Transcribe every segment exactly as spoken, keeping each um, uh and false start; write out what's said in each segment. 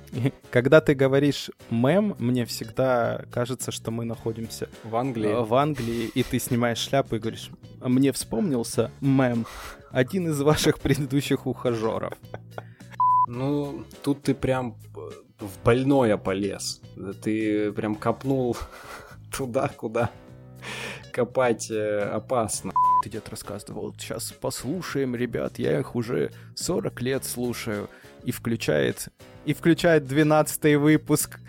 Когда ты говоришь «мем», мне всегда кажется, что мы находимся в Англии. В Англии, и ты снимаешь шляпу и говоришь: «Мне вспомнился мем, один из ваших предыдущих ухажеров». Ну, тут ты прям в больное полез. Ты прям копнул туда, куда копать опасно. Ты где-то рассказывал: сейчас послушаем, ребят, я их уже сорок лет слушаю. И включает, и включает двенадцатый выпуск.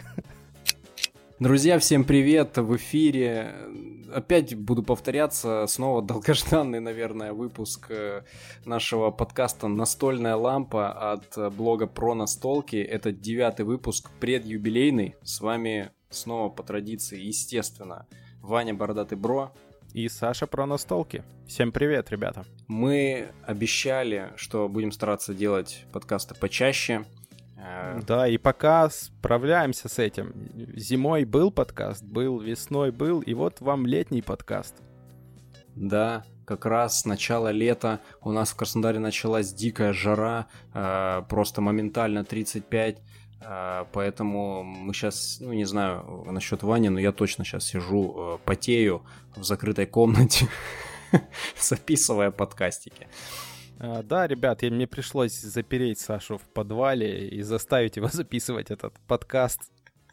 Друзья, всем привет, в эфире. Опять буду повторяться, снова долгожданный, наверное, выпуск нашего подкаста «Настольная лампа» от блога про настолки. Это девятый выпуск, предюбилейный. С вами снова по традиции, естественно, Ваня Бородатый Бро. И Саша про настолки. Всем привет, ребята. Мы обещали, что будем стараться делать подкасты почаще. Да, и пока справляемся с этим. Зимой был подкаст, был, весной был, и вот вам летний подкаст. Да, как раз с начала лета у нас в Краснодаре началась дикая жара, просто моментально тридцать пять. Поэтому мы сейчас, ну не знаю насчет Вани, но я точно сейчас сижу, потею в закрытой комнате, записывая подкастики. А, да, ребят, я, мне пришлось запереть Сашу в подвале и заставить его записывать этот подкаст.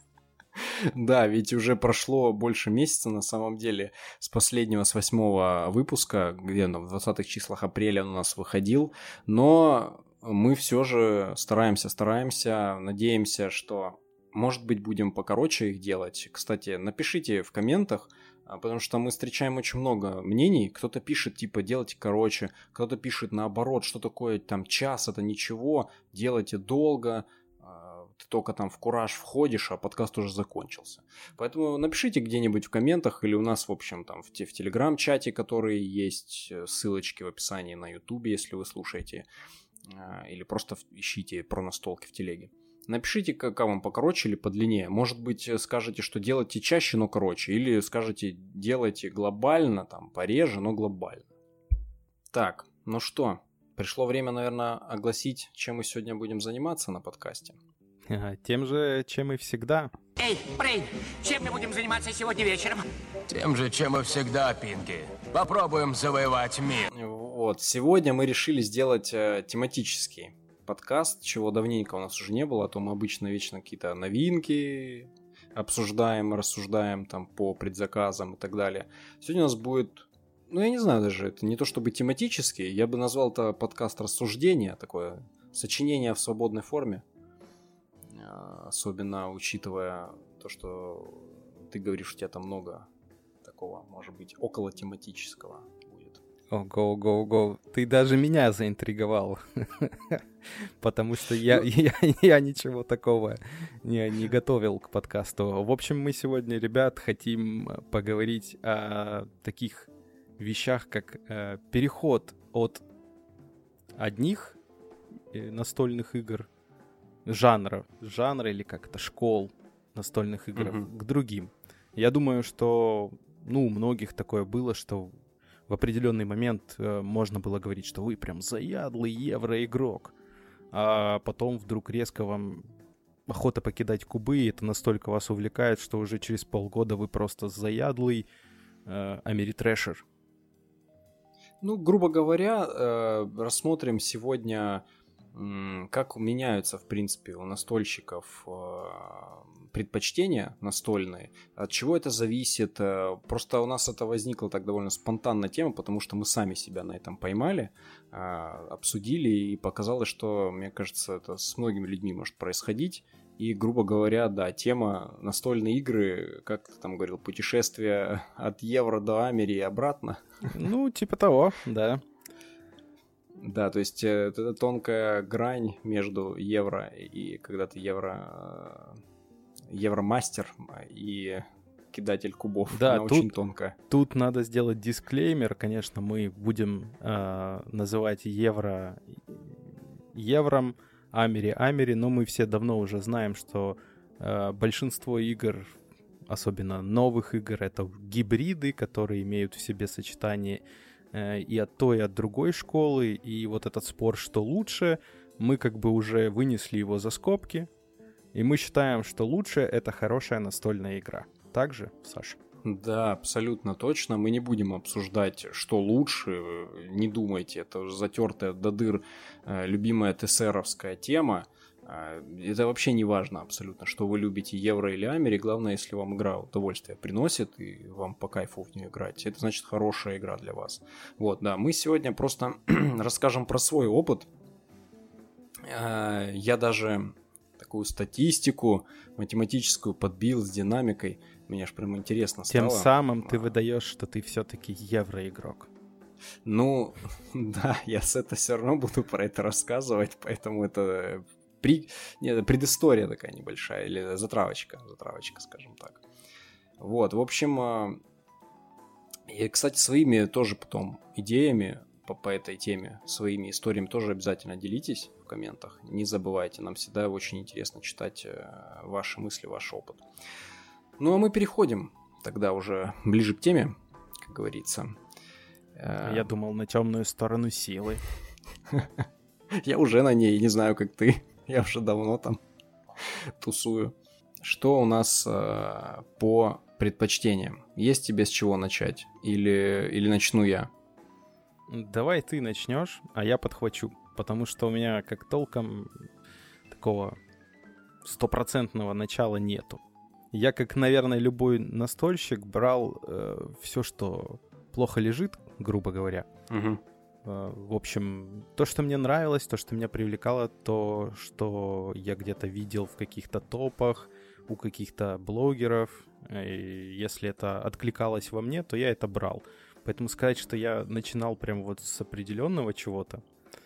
Да, ведь уже прошло больше месяца на самом деле с последнего, с восьмого выпуска, где он в двадцатых числах апреля он у нас выходил, но мы все же стараемся, стараемся, надеемся, что, может быть, будем покороче их делать. Кстати, напишите в комментах, потому что мы встречаем очень много мнений. Кто-то пишет, типа, делайте короче, кто-то пишет наоборот, что такое там час, это ничего, делайте долго, ты только там в кураж входишь, а подкаст уже закончился. Поэтому напишите где-нибудь в комментах или у нас, в общем, там в, те, в телеграм-чате, который есть, ссылочки в описании на ютубе, если вы слушаете, или просто ищите про настолки в телеге. Напишите, как вам покороче или подлиннее. Может быть, скажете, что делайте чаще, но короче. Или скажете, делайте глобально, там, пореже, но глобально. Так, ну что, пришло время, наверное, огласить, чем мы сегодня будем заниматься на подкасте. Ага, тем же, чем и всегда. Эй, Брейн, чем мы будем заниматься сегодня вечером? Тем же, чем и всегда, Пинки. Попробуем завоевать мир. Вот, сегодня мы решили сделать э, тематический подкаст, чего давненько у нас уже не было, а то мы обычно вечно какие-то новинки обсуждаем, рассуждаем там по предзаказам и так далее. Сегодня у нас будет, ну я не знаю даже, это не то чтобы тематический, я бы назвал это подкаст рассуждения, такое сочинение в свободной форме, особенно учитывая то, что ты говоришь, у тебя там много такого, может быть, около тематического. Ого, ого, ого. Ты даже меня заинтриговал. Потому что я, я, я ничего такого не, не готовил к подкасту. В общем, мы сегодня, ребят, хотим поговорить о таких вещах, как э, переход от одних настольных игр, жанра, жанра или как-то школ настольных игр mm-hmm. к другим. Я думаю, что ну, у многих такое было, что в определенный момент э, можно было говорить, что вы прям заядлый евроигрок, а потом вдруг резко вам охота покидать кубы, и это настолько вас увлекает, что уже через полгода вы просто заядлый э, америтрэшер. Ну, грубо говоря, э, рассмотрим сегодня, э, как меняются, в принципе, у настольщиков э, предпочтения настольные, от чего это зависит. Просто у нас это возникла так довольно спонтанная тема, потому что мы сами себя на этом поймали, обсудили, и показалось, что, мне кажется, это с многими людьми может происходить. И, грубо говоря, да, тема настольные игры, как ты там говорил, путешествие от евро до Амери и обратно. Ну, типа того, да. Да, то есть это тонкая грань между евро и когда ты евро... Евромастер и кидатель кубов. Да, она тут, очень тонкая. Тут надо сделать дисклеймер. Конечно, мы будем э, называть евро евром, Амери Амери, но мы все давно уже знаем, что э, большинство игр, особенно новых игр, это гибриды, которые имеют в себе сочетание э, и от той, и от другой школы. И вот этот спор, что лучше, мы как бы уже вынесли его за скобки. И мы считаем, что лучше это хорошая настольная игра. Так же, Саша? Да, абсолютно точно. Мы не будем обсуждать, что лучше. Не думайте, это уже затертая до дыр э, любимая ТСРовская тема. Э, это вообще не важно абсолютно, что вы любите, евро или амери. Главное, если вам игра удовольствие приносит и вам по кайфу в нее играть, это значит хорошая игра для вас. Вот, да, мы сегодня просто расскажем про свой опыт. Э, я даже такую статистику математическую подбил с динамикой. Мне аж прям интересно стало. Тем самым ты выдаешь, что ты все-таки евроигрок. Ну, да, я с это все равно буду про это рассказывать, поэтому это при... Нет, предыстория такая небольшая, или затравочка, затравочка, скажем так. Вот, в общем, и, кстати, своими тоже потом идеями по, по этой теме, своими историями тоже обязательно делитесь в комментах. Не забывайте, нам всегда очень интересно читать ваши мысли, ваш опыт. Ну, а мы переходим тогда уже ближе к теме, как говорится. Я думал, на темную сторону силы. Я уже на ней, не знаю, как ты. Я уже давно там тусую. Что у нас э, по предпочтениям? Есть тебе с чего начать? Или, или начну я? Давай ты начнешь, а я подхвачу. Потому что у меня как толком такого стопроцентного начала нету. Я, как, наверное, любой настольщик, брал э, все, что плохо лежит, грубо говоря. Угу. Э, в общем, то, что мне нравилось, то, что меня привлекало, то, что я где-то видел в каких-то топах, у каких-то блогеров. И если это откликалось во мне, то я это брал. Поэтому сказать, что я начинал прям вот с определенного чего-то,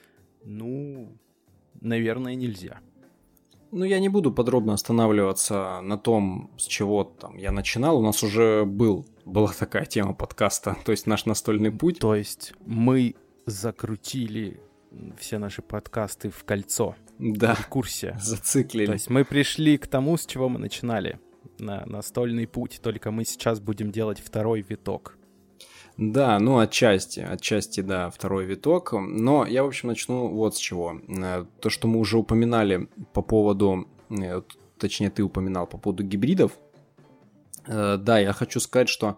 ну, наверное, нельзя. Ну, я не буду подробно останавливаться на том, с чего там я начинал. У нас уже был, была такая тема подкаста, то есть наш настольный путь. То есть мы закрутили все наши подкасты в кольцо. Да, в курсе. Зациклили. То есть мы пришли к тому, с чего мы начинали, на настольный путь, только мы сейчас будем делать второй виток. Да, ну отчасти, отчасти, да, второй виток. Но я, в общем, начну вот с чего. То, что мы уже упоминали по поводу, точнее, ты упоминал по поводу гибридов. Да, я хочу сказать, что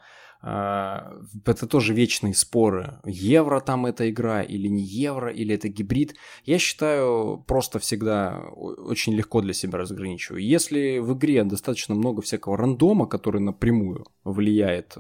это тоже вечные споры. Евро там эта игра или не евро, или это гибрид. Я считаю, просто всегда очень легко для себя разграничиваю. Если в игре достаточно много всякого рандома, который напрямую влияет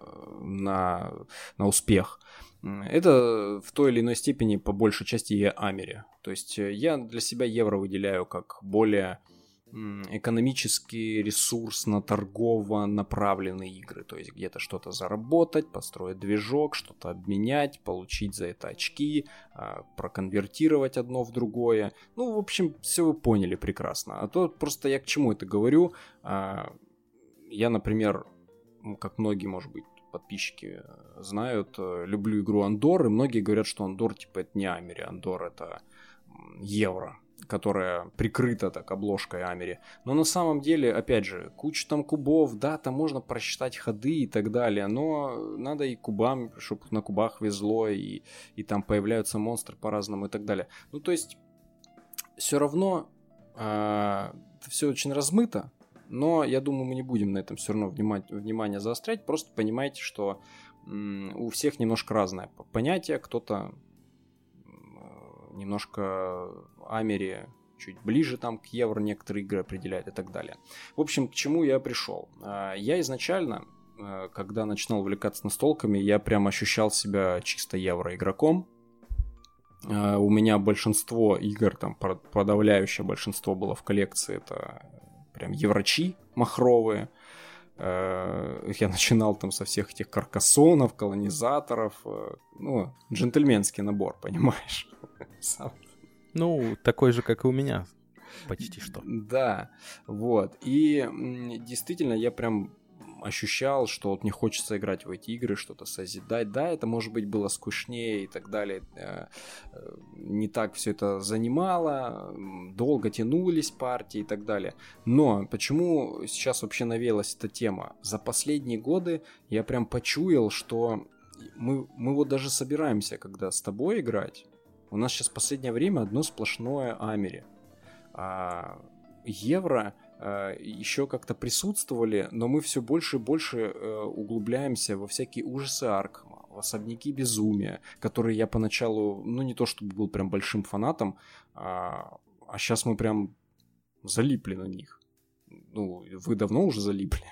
на, на успех, это в той или иной степени по большей части и амери. То есть я для себя евро выделяю как более экономически ресурсно-торгово направленные игры. То есть где-то что-то заработать, построить движок, что-то обменять, получить за это очки, проконвертировать одно в другое. Ну, в общем, все вы поняли прекрасно. А то просто я к чему это говорю. Я, например, как многие, может быть, подписчики знают, люблю игру Андор, и многие говорят, что Андор типа это не амери, Андор это евро, которая прикрыта так обложкой амери. Но на самом деле, опять же, куча там кубов, да, там можно просчитать ходы и так далее, но надо и кубам, чтобы на кубах везло, и, и там появляются монстры по-разному и так далее. Ну, то есть, все равно э, это все очень размыто, но я думаю, мы не будем на этом все равно внимать, внимание заострять, просто понимайте, что м, у всех немножко разное понятие, кто-то немножко амери чуть ближе там к евро некоторые игры определяют и так далее. В общем, к чему я пришел? Я изначально, когда начинал увлекаться настолками, я прям ощущал себя чисто евро игроком. У меня большинство игр, там подавляющее большинство было в коллекции, это прям еврочи махровые. Я начинал там со всех этих каркасонов, колонизаторов. Ну, джентльменский набор, понимаешь? Сам. Ну, такой же, как и у меня, почти что. Да, вот. И действительно, я прям ощущал, что вот мне хочется играть в эти игры, что-то созидать. Да, это, может быть, было скучнее и так далее. Не так все это занимало, долго тянулись партии и так далее. Но почему сейчас вообще навелась эта тема? За последние годы я прям почуял, что мы, мы вот даже собираемся, когда с тобой играть, у нас сейчас в последнее время одно сплошное амери. А, евро э, еще как-то присутствовали, но мы все больше и больше э, углубляемся во всякие ужасы Аркхема, в особняки безумия, которые я поначалу, ну не то чтобы был прям большим фанатом, а, а сейчас мы прям залипли на них. Ну, вы давно уже залипли.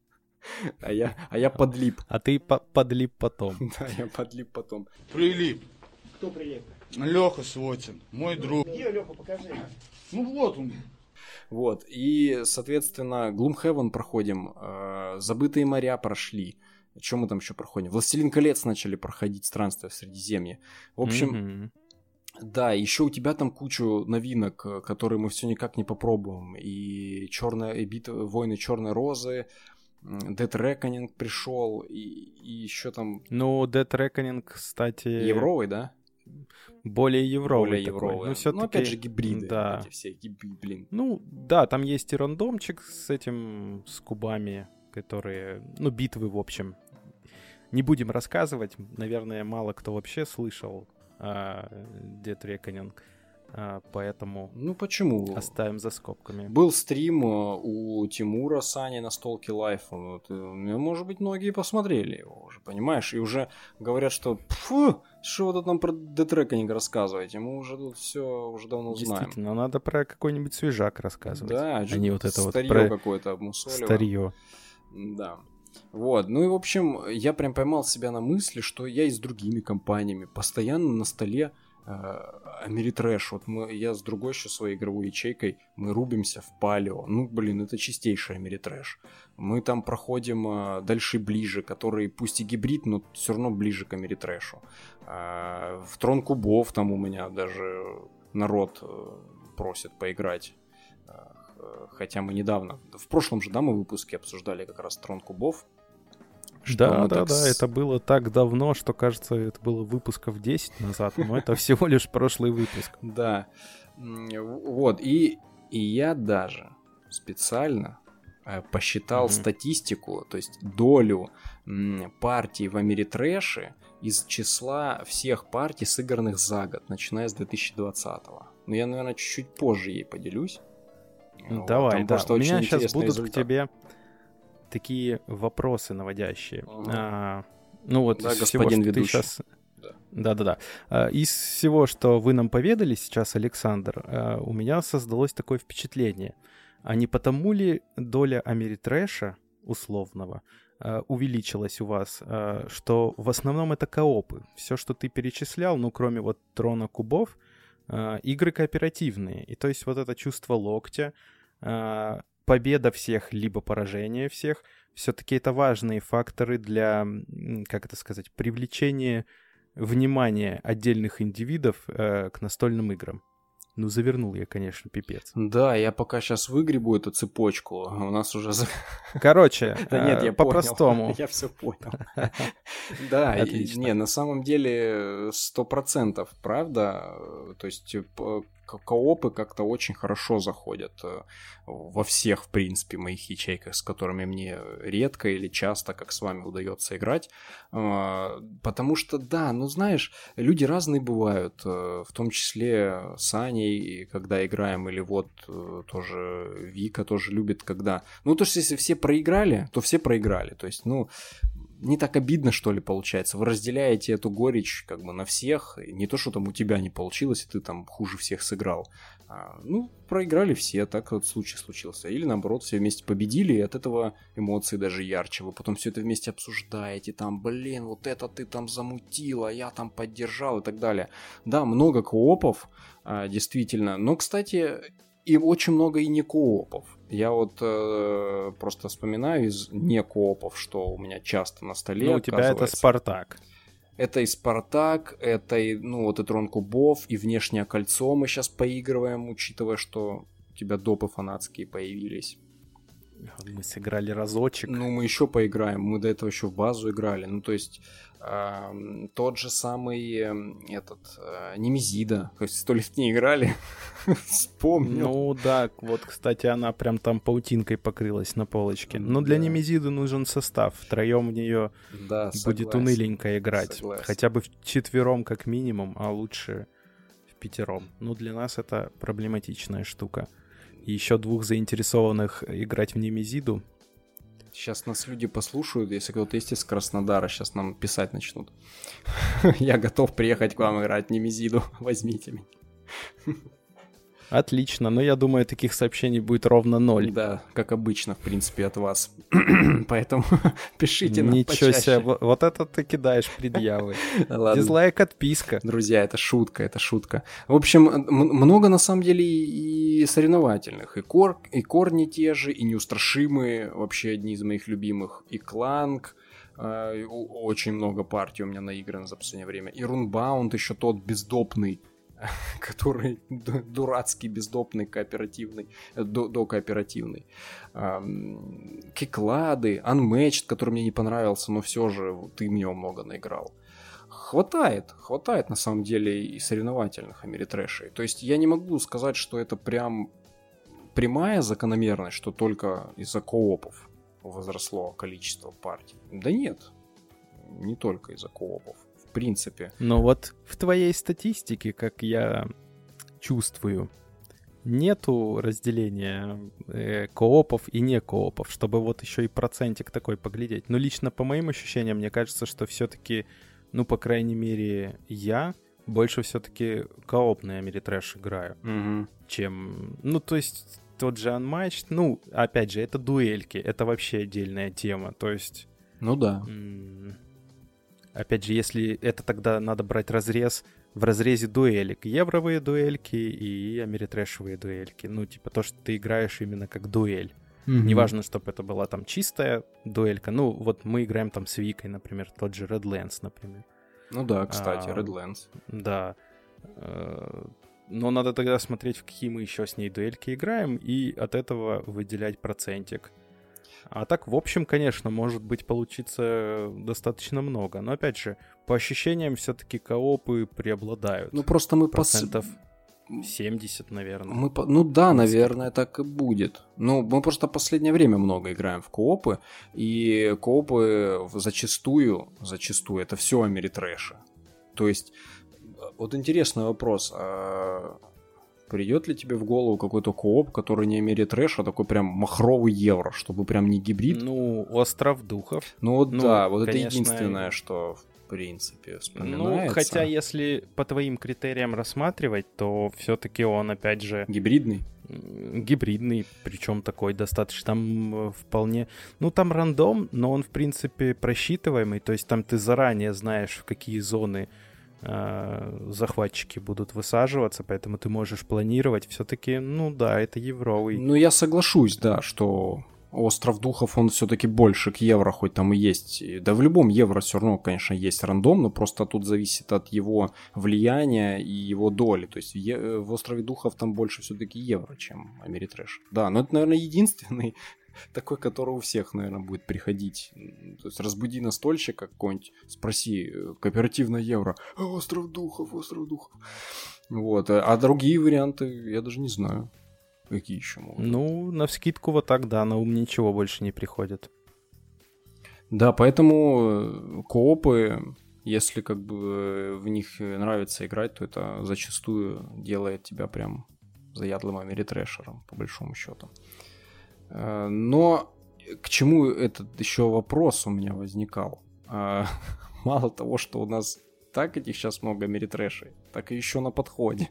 А я, а я подлип. А ты по- подлип потом. Да, я подлип потом. Прилип. Кто прилип? Леха Свотин, мой друг. Где Леха, покажи. Ну вот он. Вот, и, соответственно, Gloomhaven проходим, э, Забытые моря прошли. Что мы там еще проходим? Властелин колец начали проходить, Странствия в Средиземье. В общем, mm-hmm. да, еще у тебя там кучу новинок, которые мы все никак не попробуем. И черная, и битва, войны Черной Розы, Dead Reckoning пришел, и, и еще там... Ну, Dead Reckoning, кстати... Евровый, да? Более евровый. Более такой. евровый. Ну, всё-таки... ну, опять же, гибриды. Да. Эти все гибриды, блин. Ну, да, там есть и рандомчик с этим, с кубами, которые... Ну, битвы, в общем. Не будем рассказывать. Наверное, мало кто вообще слышал о Dead Reckoning. Поэтому ну почему? Оставим за скобками. Был стрим у Тимура Сани на Столке Лайф. Вот, может быть, многие посмотрели его уже, понимаешь? И уже говорят, что фу, что вы тут нам про Dead Reckoning рассказываете? Мы уже тут все уже давно знаем. Действительно, надо про какой-нибудь свежак рассказывать. Да, а не вот это старье вот про... какое-то обмусоливо. Старье. Да. Вот, ну и в общем, я прям поймал себя на мысли, что я и с другими компаниями постоянно на столе Америтрэш, вот мы, я с другой еще своей игровой ячейкой, мы рубимся в палео, ну блин, это чистейший Америтрэш. Мы там проходим а, дальше и ближе, который пусть и гибрид, но все равно ближе к Америтрэшу. А, в Трон Кубов там у меня даже народ а, просит поиграть. А, хотя мы недавно, в прошлом же, да, мы в выпуске обсуждали как раз Трон Кубов. Да, да, да, с... это было так давно, что, кажется, это было выпусков десять назад, но это всего лишь прошлый выпуск. Да, вот, и, и я даже специально посчитал mm-hmm. статистику, то есть долю партий в Америтрэше из числа всех партий, сыгранных за год, начиная с две тысячи двадцатого. Но я, наверное, чуть-чуть позже ей поделюсь. Давай, вот, да, у меня сейчас будут результат. К тебе... такие вопросы наводящие. Ага. А, ну вот да, из всего, господин что ведущий. ты сейчас... Да. Да-да-да. А, из всего, что вы нам поведали сейчас, Александр, а, у меня создалось такое впечатление. А не потому ли доля Америтрэша условного а, увеличилась у вас, а, что в основном это коопы? Все, что ты перечислял, ну кроме вот Трона Кубов, а, игры кооперативные. И то есть вот это чувство локтя, а, победа всех, либо поражение всех, все-таки это важные факторы для, как это сказать, привлечения внимания отдельных индивидов э, к настольным играм. Ну, завернул я, конечно, пипец. Да, я пока сейчас выгребу эту цепочку, у нас уже... Короче, да нет, я по-простому. Я все понял. Да, не, на самом деле сто процентов, правда, то есть коопы как-то очень хорошо заходят во всех, в принципе, моих ячейках, с которыми мне редко или часто, как с вами, удается играть. Потому что, да, ну знаешь, люди разные бывают, в том числе с Аней, когда играем, или вот тоже Вика тоже любит, когда... Ну, то есть, если все проиграли, то все проиграли. То есть, ну... не так обидно, что ли, получается. Вы разделяете эту горечь как бы на всех. Не то, что там у тебя не получилось, и ты там хуже всех сыграл. А, ну, проиграли все, так вот случай случился. Или наоборот, все вместе победили, и от этого эмоции даже ярче. Вы потом все это вместе обсуждаете, там, блин, вот это ты там замутил, а я там поддержал и так далее. Да, много коопов, а, действительно. Но, кстати, и очень много и не коопов. Я вот э, просто вспоминаю из не коопов, что у меня часто на столе. Ну, у тебя это Спартак. Это и Спартак, это и, ну, вот и Трон Кубов, и Внешнее кольцо мы сейчас поигрываем, учитывая, что у тебя допы фанатские появились. Мы сыграли разочек. Ну, мы еще поиграем, мы до этого еще в базу играли. Ну, то есть, э, тот же самый э, этот э, Немезида, то есть сто лет не играли, вспомнил. Ну да, вот, кстати, она прям там паутинкой покрылась на полочке. Но для Немезиды нужен состав, втроем в нее да, будет уныленько играть. Согласен. Хотя бы вчетвером как минимум, а лучше в пятером. Ну, для нас это проблематичная штука. и еще двух заинтересованных играть в Немезиду. Сейчас нас люди послушают, если кто-то есть из Краснодара, сейчас нам писать начнут. Я готов приехать к вам играть в Немезиду, возьмите меня. Отлично, но я думаю, таких сообщений будет ровно ноль. Да, как обычно, в принципе, от вас. Поэтому пишите нам Ничего почаще. себе, вот, вот это ты кидаешь предъявы. Ладно. Дизлайк, отписка. Друзья, это шутка, это шутка. В общем, м- много на самом деле и соревновательных. И, кор, и корни те же, и неустрашимые, вообще одни из моих любимых. И Кланк, э, очень много партий у меня наиграно за последнее время. И Runebound еще тот бездопный, который дурацкий, бездопный, кооперативный, до, до кооперативный. Киклады, Unmatched, который мне не понравился, но все же ты в него много наиграл. Хватает, хватает на самом деле и соревновательных Америтрэшей. То есть я не могу сказать, что это прям прямая закономерность, что только из-за коопов возросло количество партий. Да нет, не только из-за коопов. В принципе. Но вот в твоей статистике, как я чувствую, нету разделения э, коопов и не коопов, чтобы вот еще и процентик такой поглядеть. Но лично по моим ощущениям, мне кажется, что все-таки, ну, по крайней мере, я больше все-таки коопный Америтрэш играю, Угу. чем... Ну, то есть тот же Unmatched, ну, опять же, это дуэльки, это вообще отдельная тема, то есть... Ну да. М- Опять же, если это тогда надо брать разрез в разрезе дуэлек. Евровые дуэльки и америтрэшевые дуэльки. Ну, типа то, что ты играешь именно как дуэль. Мгм. Неважно, чтобы это была там чистая дуэлька. Ну, вот мы играем там с Викой, например, тот же Redlands, например. Ну да, кстати, А, Redlands. Да. Э, Но надо тогда смотреть, в какие мы еще с ней дуэльки играем, и от этого выделять процентик. А так, в общем, конечно, может быть получиться достаточно много. Но, опять же, по ощущениям, все-таки коопы преобладают. Ну просто мы пос... Процентов семьдесят, наверное. Мы по... Ну да, наверное, так и будет. Ну, мы просто в последнее время много играем в коопы, и коопы зачастую, зачастую, это все Америтрэши. То есть, вот интересный вопрос, а придет ли тебе в голову какой-то кооп, который не Америтрэш, а такой прям махровый евро, чтобы прям не гибрид? Ну, Остров Духов. Ну вот ну, да, вот конечно, это единственное, что в принципе Ну, вспоминается. хотя, если по твоим критериям рассматривать, то все-таки он, опять же, Гибридный? м, гибридный, причем такой достаточно, там э, вполне... Ну, там рандом, но он, в принципе, просчитываемый, то есть там ты заранее знаешь, в какие зоны э, захватчики будут высаживаться, поэтому ты можешь планировать. Все-таки, ну да, это евровый. Ну, я соглашусь, да, что Остров Духов, он все-таки больше к евро, хоть там и есть. И да в любом евро все равно, конечно, есть рандом, но просто тут зависит от его влияния и его доли. То есть в, е- в Острове Духов там больше все-таки евро, чем Америтрэш. Да, но это, наверное, единственный такой, который у всех, наверное, будет приходить. То есть разбуди настольщика какой-нибудь, спроси, кооперативное евро, а, Остров Духов, Остров Духов. Вот, а другие варианты я даже не знаю. Какие еще могут? Ну, навскидку вот так, да, на ум ничего больше не приходит. Да, поэтому коопы, если как бы в них нравится играть, то это зачастую делает тебя прям заядлым америтрэшером, по большому счету. Но к чему этот еще вопрос у меня возникал? Мало того, что у нас так этих сейчас много америтрэшей, так и еще на подходе.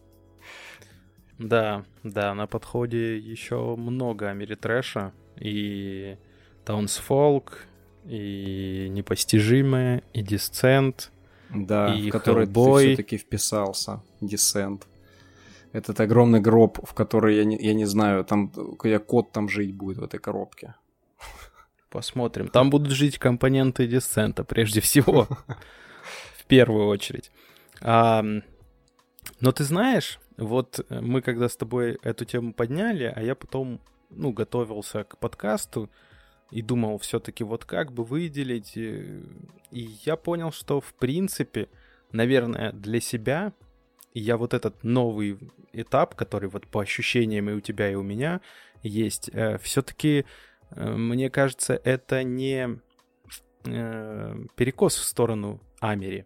Да, да, на подходе еще много америтрэша. И Townsfolk, и Непостижимое, и Descent, Да, и в который Hellboy. ты все-таки вписался, Descent. Этот огромный гроб, в который, я не, я не знаю, там я кот там жить будет в этой коробке. Посмотрим. Там будут жить компоненты Descent, прежде всего. В первую очередь. А, но ты знаешь, вот мы когда с тобой эту тему подняли, а я потом, ну, готовился к подкасту и думал все-таки вот как бы выделить. И я понял, что в принципе, наверное, для себя я вот этот новый этап, который вот по ощущениям и у тебя, и у меня есть, э, все-таки, э, мне кажется, это не э, перекос в сторону Амери.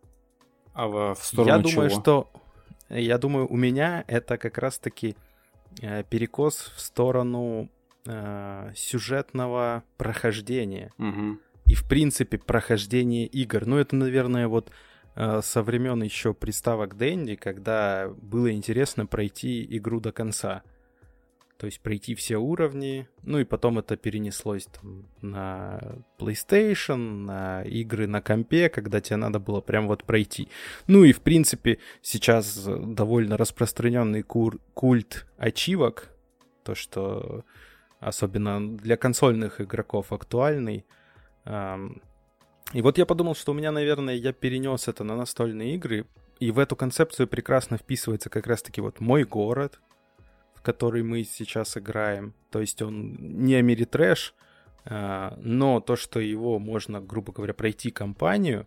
А в, в сторону Я думаю, чего? что... Я думаю, у меня это как раз-таки э, перекос в сторону э, сюжетного прохождения. Угу. И, в принципе, прохождение игр. Ну, это, наверное, вот э, со времен еще приставок Dendy, когда было интересно пройти игру до конца. То есть пройти все уровни. Ну, и потом это перенеслось там, на PlayStation, на игры на компе, когда тебе надо было прям вот пройти. Ну, и, в принципе, сейчас довольно распространенный кур- культ ачивок. То, что особенно для консольных игроков актуальный. И вот я подумал, что у меня, наверное, я перенес это на настольные игры, и в эту концепцию прекрасно вписывается как раз-таки вот мой город, в который мы сейчас играем. То есть он не Америтрэш, но то, что его можно, грубо говоря, пройти кампанию,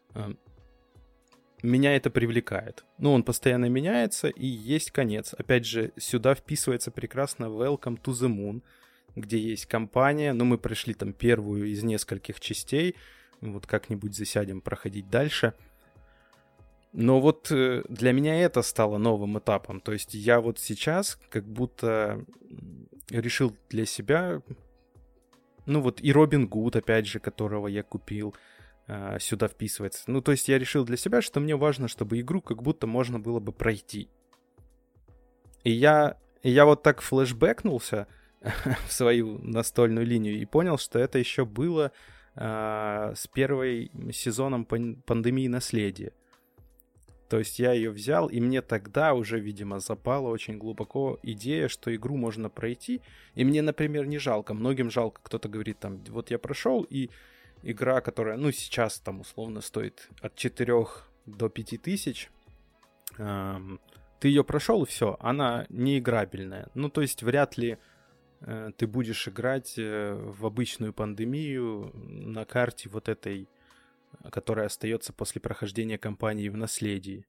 меня это привлекает. Ну, он постоянно меняется, и есть конец. Опять же, сюда вписывается прекрасно Welcome to the Moon, где есть кампания, ну, мы прошли там первую из нескольких частей, вот как-нибудь засядем проходить дальше. Но вот для меня это стало новым этапом, то есть я вот сейчас как будто решил для себя, ну вот и Робин Гуд, опять же, которого я купил, сюда вписывается. Ну, то есть я решил для себя, что мне важно, чтобы игру как будто можно было бы пройти. И я, и я вот так флешбэкнулся в свою настольную линию и понял, что это еще было э, с первым сезоном пан- пандемии наследия. То есть я ее взял, и мне тогда уже, видимо, запала очень глубоко идея, что игру можно пройти. И мне, например, не жалко. Многим жалко. Кто-то говорит, там, вот я прошел, и игра, которая, ну, сейчас там условно стоит от четырёх до пяти тысяч, э, ты ее прошел, и все, она неиграбельная. Ну, то есть вряд ли ты будешь играть в обычную пандемию на карте вот этой, которая остается после прохождения кампании в наследии.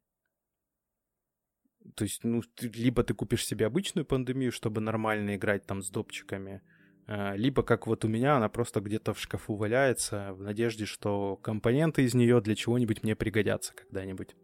То есть, ну, ты, либо ты купишь себе обычную пандемию, чтобы нормально играть там с допчиками, либо, как вот у меня, она просто где-то в шкафу валяется в надежде, что компоненты из нее для чего-нибудь мне пригодятся когда-нибудь.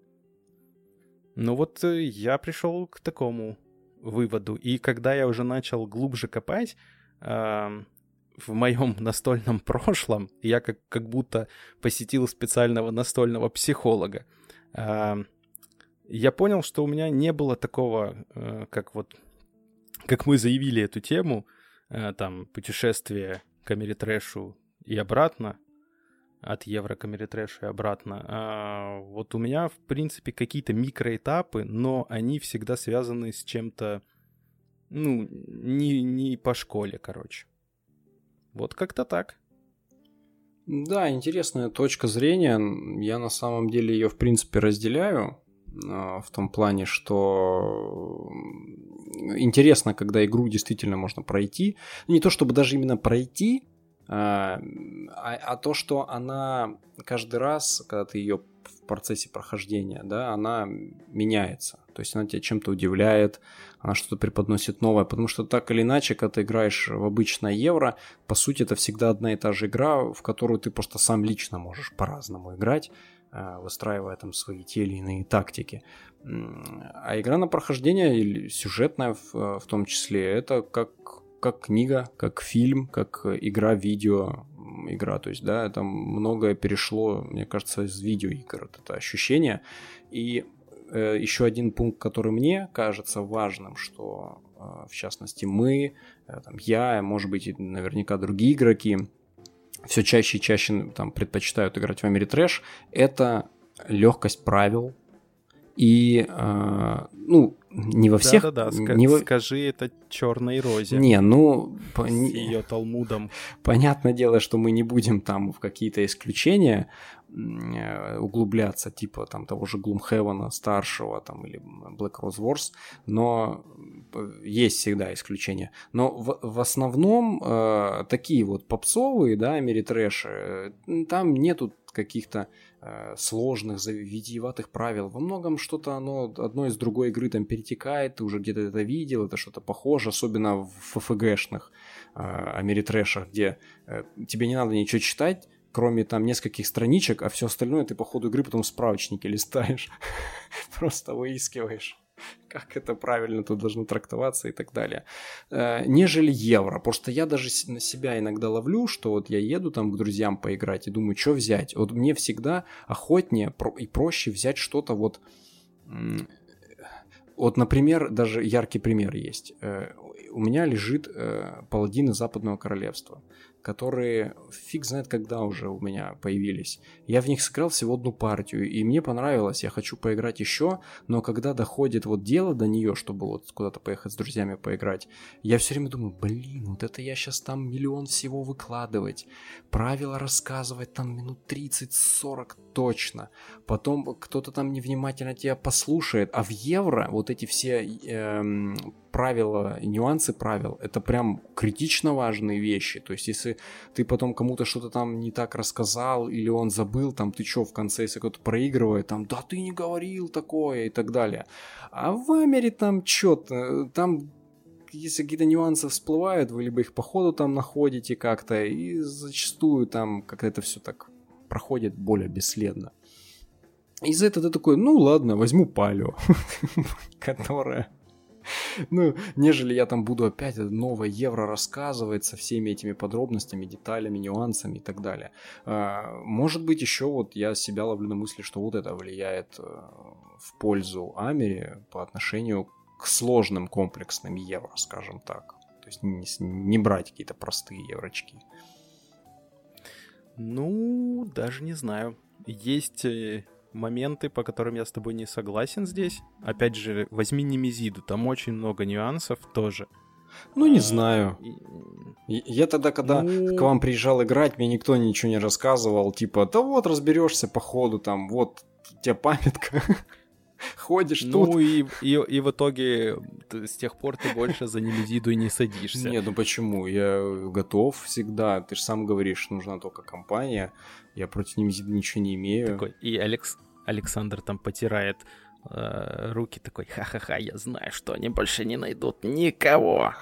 Ну вот я пришел к такому выводу. И когда я уже начал глубже копать э, в моем настольном прошлом, я как, как будто посетил специального настольного психолога, э, я понял, что у меня не было такого, э, как вот, как мы заявили эту тему, э, там, путешествие к Америтрэшу и обратно, от Евро к Америтрэшу и обратно. А вот у меня, в принципе, какие-то микроэтапы, но они всегда связаны с чем-то, ну, не, не по школе, короче. Вот как-то так. Да, интересная точка зрения. Я на самом деле ее, в принципе, разделяю. В том плане, что интересно, когда игру действительно можно пройти. Не то, чтобы даже именно пройти, А, а то, что она каждый раз, когда ты ее в процессе прохождения, да, она меняется. То есть она тебя чем-то удивляет, она что-то преподносит новое. Потому что так или иначе, когда ты играешь в обычное евро, по сути, это всегда одна и та же игра, в которую ты просто сам лично можешь по-разному играть, выстраивая там свои те или иные тактики. А игра на прохождение, или сюжетная в, в том числе, это как... как книга, как фильм, как игра, видео, игра, то есть, да, там многое перешло, мне кажется, из видеоигр, вот это ощущение. И э, еще один пункт, который мне кажется важным, что, э, в частности, мы, э, там, я, может быть, и наверняка другие игроки, все чаще и чаще там предпочитают играть в Америтрэш, это легкость правил. И, э, ну, не во всех... Да-да-да, ска- не во... скажи это Черной Розе. Не, ну... С ее Талмудом. Понятное дело, что мы не будем там в какие-то исключения углубляться, типа там того же Gloomhaven старшего там, или Black Rose Wars, но есть всегда исключения. Но в, в основном э, такие вот попсовые, да, Америтрэши, там нету каких-то э, сложных, витиеватых правил. Во многом что-то оно одно из другой игры там перетекает, ты уже где-то это видел, это что-то похоже, особенно в эф эф джи-шных э, Америтрэшах, где э, тебе не надо ничего читать, кроме там нескольких страничек, а все остальное ты по ходу игры потом в справочнике листаешь. Просто выискиваешь. как это правильно тут должно трактоваться и так далее, э, нежели евро. Просто я даже на себя иногда ловлю, что вот я еду там к друзьям поиграть и думаю, что взять. Вот мне всегда охотнее и проще взять что-то вот... Вот, например, даже яркий пример есть. Э, у меня лежит э, паладины Западного Королевства, которые фиг знает когда уже у меня появились. Я в них сыграл всего одну партию, и мне понравилось, я хочу поиграть еще, но когда доходит вот дело до нее, чтобы вот куда-то поехать с друзьями поиграть, я все время думаю, блин, вот это я сейчас там миллион всего выкладывать, правила рассказывать там минут тридцать-сорок точно, потом кто-то там невнимательно тебя послушает, а в евро вот эти все... Эм, правила, нюансы правил, это прям критично важные вещи. То есть, если ты потом кому-то что-то там не так рассказал, или он забыл, там, ты что, в конце, если кто-то проигрывает, там, да ты не говорил такое, и так далее. А в Амере там что-то, там, если какие-то нюансы всплывают, вы либо их по ходу там находите как-то, и зачастую там как-то это все так проходит более бесследно. Из-за этого ты такой, ну ладно, возьму палео, которая... Ну, нежели я там буду опять новое евро рассказывать со всеми этими подробностями, деталями, нюансами и так далее. Может быть, еще вот я себя ловлю на мысли, что вот это влияет в пользу Амере по отношению к сложным комплексным евро, скажем так. То есть не, не брать какие-то простые еврочки. Ну, даже не знаю. Есть... моменты, по которым я с тобой не согласен здесь. Опять же, возьми Немезиду, там очень много нюансов тоже. Ну, не а, знаю. И... Я тогда, когда ну... к вам приезжал играть, мне никто ничего не рассказывал, типа, да вот, разберешься по ходу, там, вот, у тебя памятка, ходишь ну, тут. Ну, и, и, и в итоге с тех пор ты больше за Немезиду и не садишься. Не, ну почему? Я готов всегда. Ты же сам говоришь, нужна только компания. Я против Немезиды ничего не имею. Такой, и Алекс... Александр там потирает э, руки, такой, ха-ха-ха, я знаю, что они больше не найдут никого.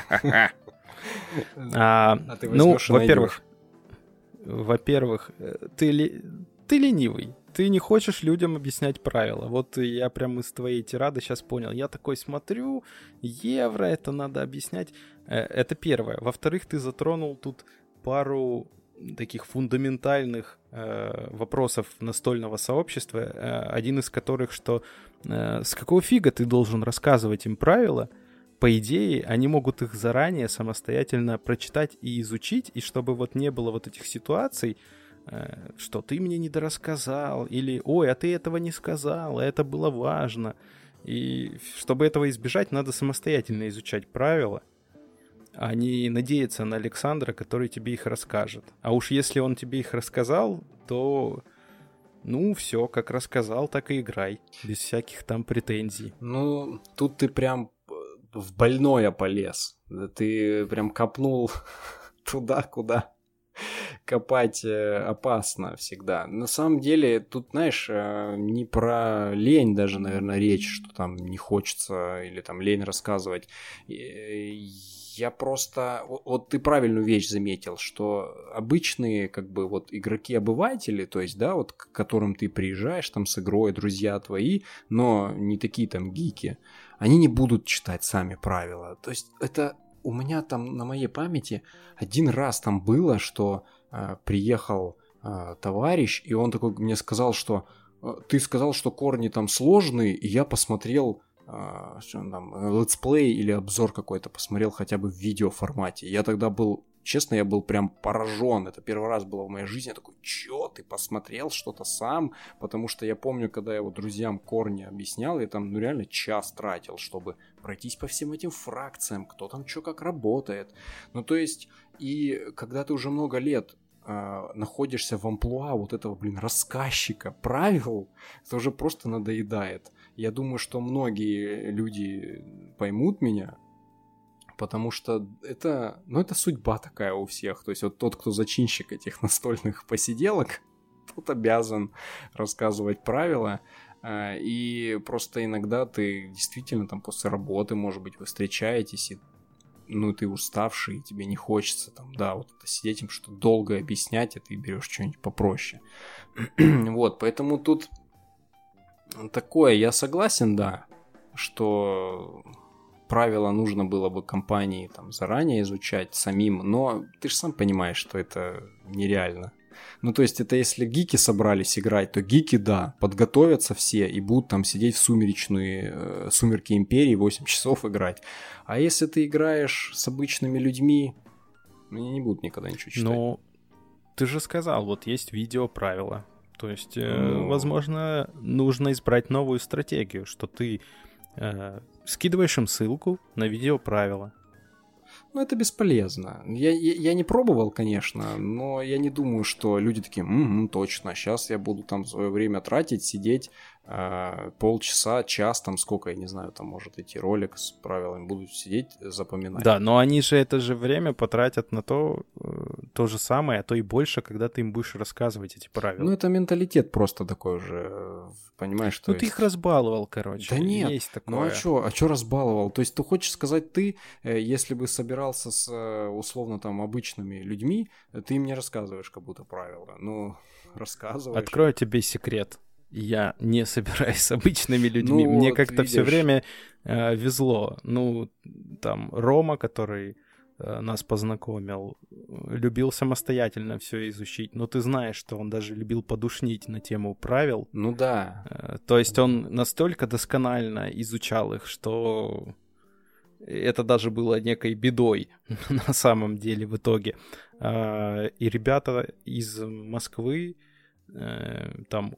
Ну, во-первых, во-первых, ты ты ленивый. Ты не хочешь людям объяснять правила. Вот я прям из твоей тирады сейчас понял. Я такой смотрю, евро, это надо объяснять. Это первое. Во-вторых, ты затронул тут пару таких фундаментальных э, вопросов настольного сообщества, э, один из которых, что э, с какого фига ты должен рассказывать им правила. По идее, они могут их заранее самостоятельно прочитать и изучить, и чтобы вот не было вот этих ситуаций, э, что ты мне недорассказал, или «Ой, а ты этого не сказал, а это было важно». И чтобы этого избежать, надо самостоятельно изучать правила, а не надеяться на Александра, который тебе их расскажет. А уж если он тебе их рассказал, то, ну, все, как рассказал, так и играй. Без всяких там претензий. Ну, тут ты прям в больное полез. Ты прям копнул туда, куда копать опасно всегда. На самом деле, тут, знаешь, не про лень даже, наверное, речь, что там не хочется или там лень рассказывать. Я просто... Вот ты правильную вещь заметил, что обычные, как бы, вот игроки-обыватели, то есть, да, вот к которым ты приезжаешь там с игрой, друзья твои, но не такие там гики, они не будут читать сами правила. То есть, это у меня там на моей памяти один раз там было, что э, приехал э, товарищ, и он такой мне сказал, что э, ты сказал, что корни там сложные, и я посмотрел... Uh, что там, летсплей или обзор какой-то посмотрел хотя бы в видеоформате. Я тогда был, честно, я был прям поражен. Это первый раз было в моей жизни. Я такой, чё, ты посмотрел что-то сам? Потому что я помню, когда я вот друзьям корни объяснял, я там, ну, реально час тратил, чтобы пройтись по всем этим фракциям, кто там чё как работает. Ну, то есть, и когда ты уже много лет Uh, находишься в амплуа вот этого, блин, рассказчика правил, это уже просто надоедает. Я думаю, что многие люди поймут меня, потому что это, ну, это судьба такая у всех. То есть вот тот, кто зачинщик этих настольных посиделок, тот обязан рассказывать правила. Uh, и просто иногда ты действительно там после работы, может быть, вы встречаетесь и ну, ты уставший, и тебе не хочется там, да, вот это сидеть им что-то долго объяснять, а ты берешь что-нибудь попроще. Вот, поэтому тут такое, я согласен, да, что правила нужно было бы компании там заранее изучать самим, но ты же сам понимаешь, что это нереально. Ну, то есть, это если гики собрались играть, то гики, да, подготовятся все и будут там сидеть в сумеречные, э, сумерки империи восемь часов играть. А если ты играешь с обычными людьми, они не будут никогда ничего читать. Ну, ты же сказал, вот есть видеоправила. То есть, э, Ну. возможно, нужно избрать новую стратегию, что ты э, скидываешь им ссылку на видеоправила. Ну, это бесполезно. Я, я, я не пробовал, конечно, но я не думаю, что люди такие, м-м, точно, сейчас я буду там свое время тратить, сидеть э, полчаса, час, там сколько, я не знаю, там может идти ролик с правилами, буду сидеть, запоминать. Да, но они же это же время потратят на то, э, то же самое, а то и больше, когда ты им будешь рассказывать эти правила. Ну, это менталитет просто такой же, понимаешь, что Ну, ты их разбаловал, короче. Да нет, есть такое. ну а чё, а чё разбаловал? То есть ты хочешь сказать, ты, э, если бы собирался с, э, условно, там, обычными людьми, э, ты им не рассказываешь как будто правила. Ну, рассказываешь. Открою тебе секрет. Я не собираюсь с обычными людьми. Ну, Мне вот как-то все видишь. время э, везло. Ну, там, Рома, который э, нас познакомил, любил самостоятельно все изучить. Но ты знаешь, что он даже любил подушнить на тему правил. Ну да. Э, то есть он настолько досконально изучал их, что это даже было некой бедой на самом деле в итоге. Э, и ребята из Москвы, э, там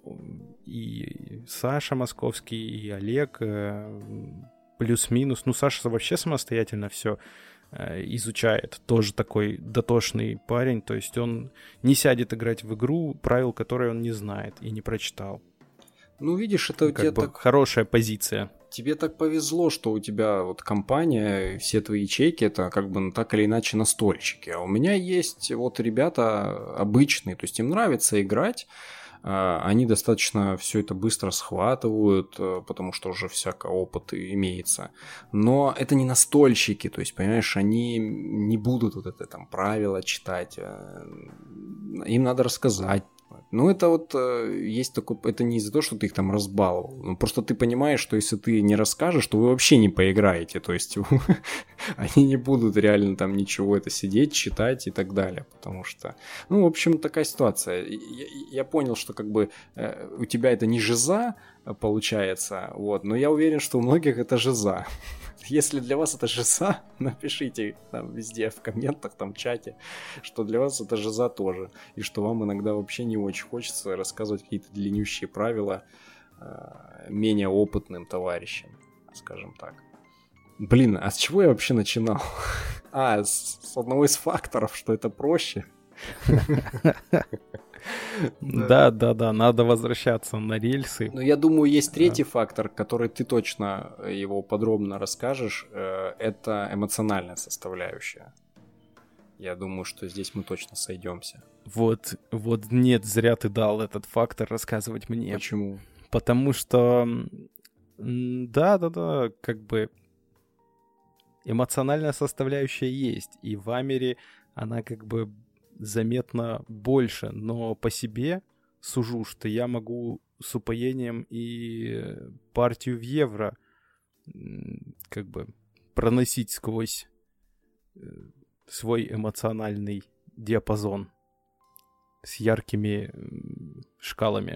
и Саша Московский, и Олег, э, плюс-минус. Ну, Саша вообще самостоятельно все изучает. Тоже такой дотошный парень. То есть он не сядет играть в игру, правил которой он не знает и не прочитал. Ну, видишь, это у Как тебя бы так... хорошая позиция. Тебе так повезло, что у тебя вот компания, все твои ячейки, это как бы так или иначе настольщики. А у меня есть вот ребята обычные, то есть им нравится играть, они достаточно все это быстро схватывают, потому что уже всякий опыт имеется. Но это не настольщики, то есть, понимаешь, они не будут вот это там правила читать, им надо рассказать. Ну, это вот есть такой... Это не из-за того, что ты их там разбаловал. Ну, просто ты понимаешь, что если ты не расскажешь, то вы вообще не поиграете. То есть они не будут реально там ничего это сидеть, читать и так далее. Потому что... Ну, в общем, такая ситуация. Я, я понял, что как бы у тебя это не жиза получается, вот, но я уверен, что у многих это жиза. Если для вас это жиза, напишите там везде в комментах, там в чате, что для вас это жиза тоже, и что вам иногда вообще не очень хочется рассказывать какие-то длиннющие правила э, менее опытным товарищам, скажем так. Блин, а с чего я вообще начинал? А, с, с одного из факторов, что это проще. Да, да, да, надо возвращаться на рельсы. Но я думаю, есть третий фактор, который ты точно его подробно расскажешь. Это эмоциональная составляющая. Я думаю, что здесь мы точно сойдемся. Вот, вот нет, зря ты дал этот фактор рассказывать мне. Почему? Потому что, да, да, да, как бы эмоциональная составляющая есть, и в Амере она как бы заметно больше, но по себе сужу, что я могу с упоением и партию в евро как бы проносить сквозь свой эмоциональный диапазон с яркими шкалами.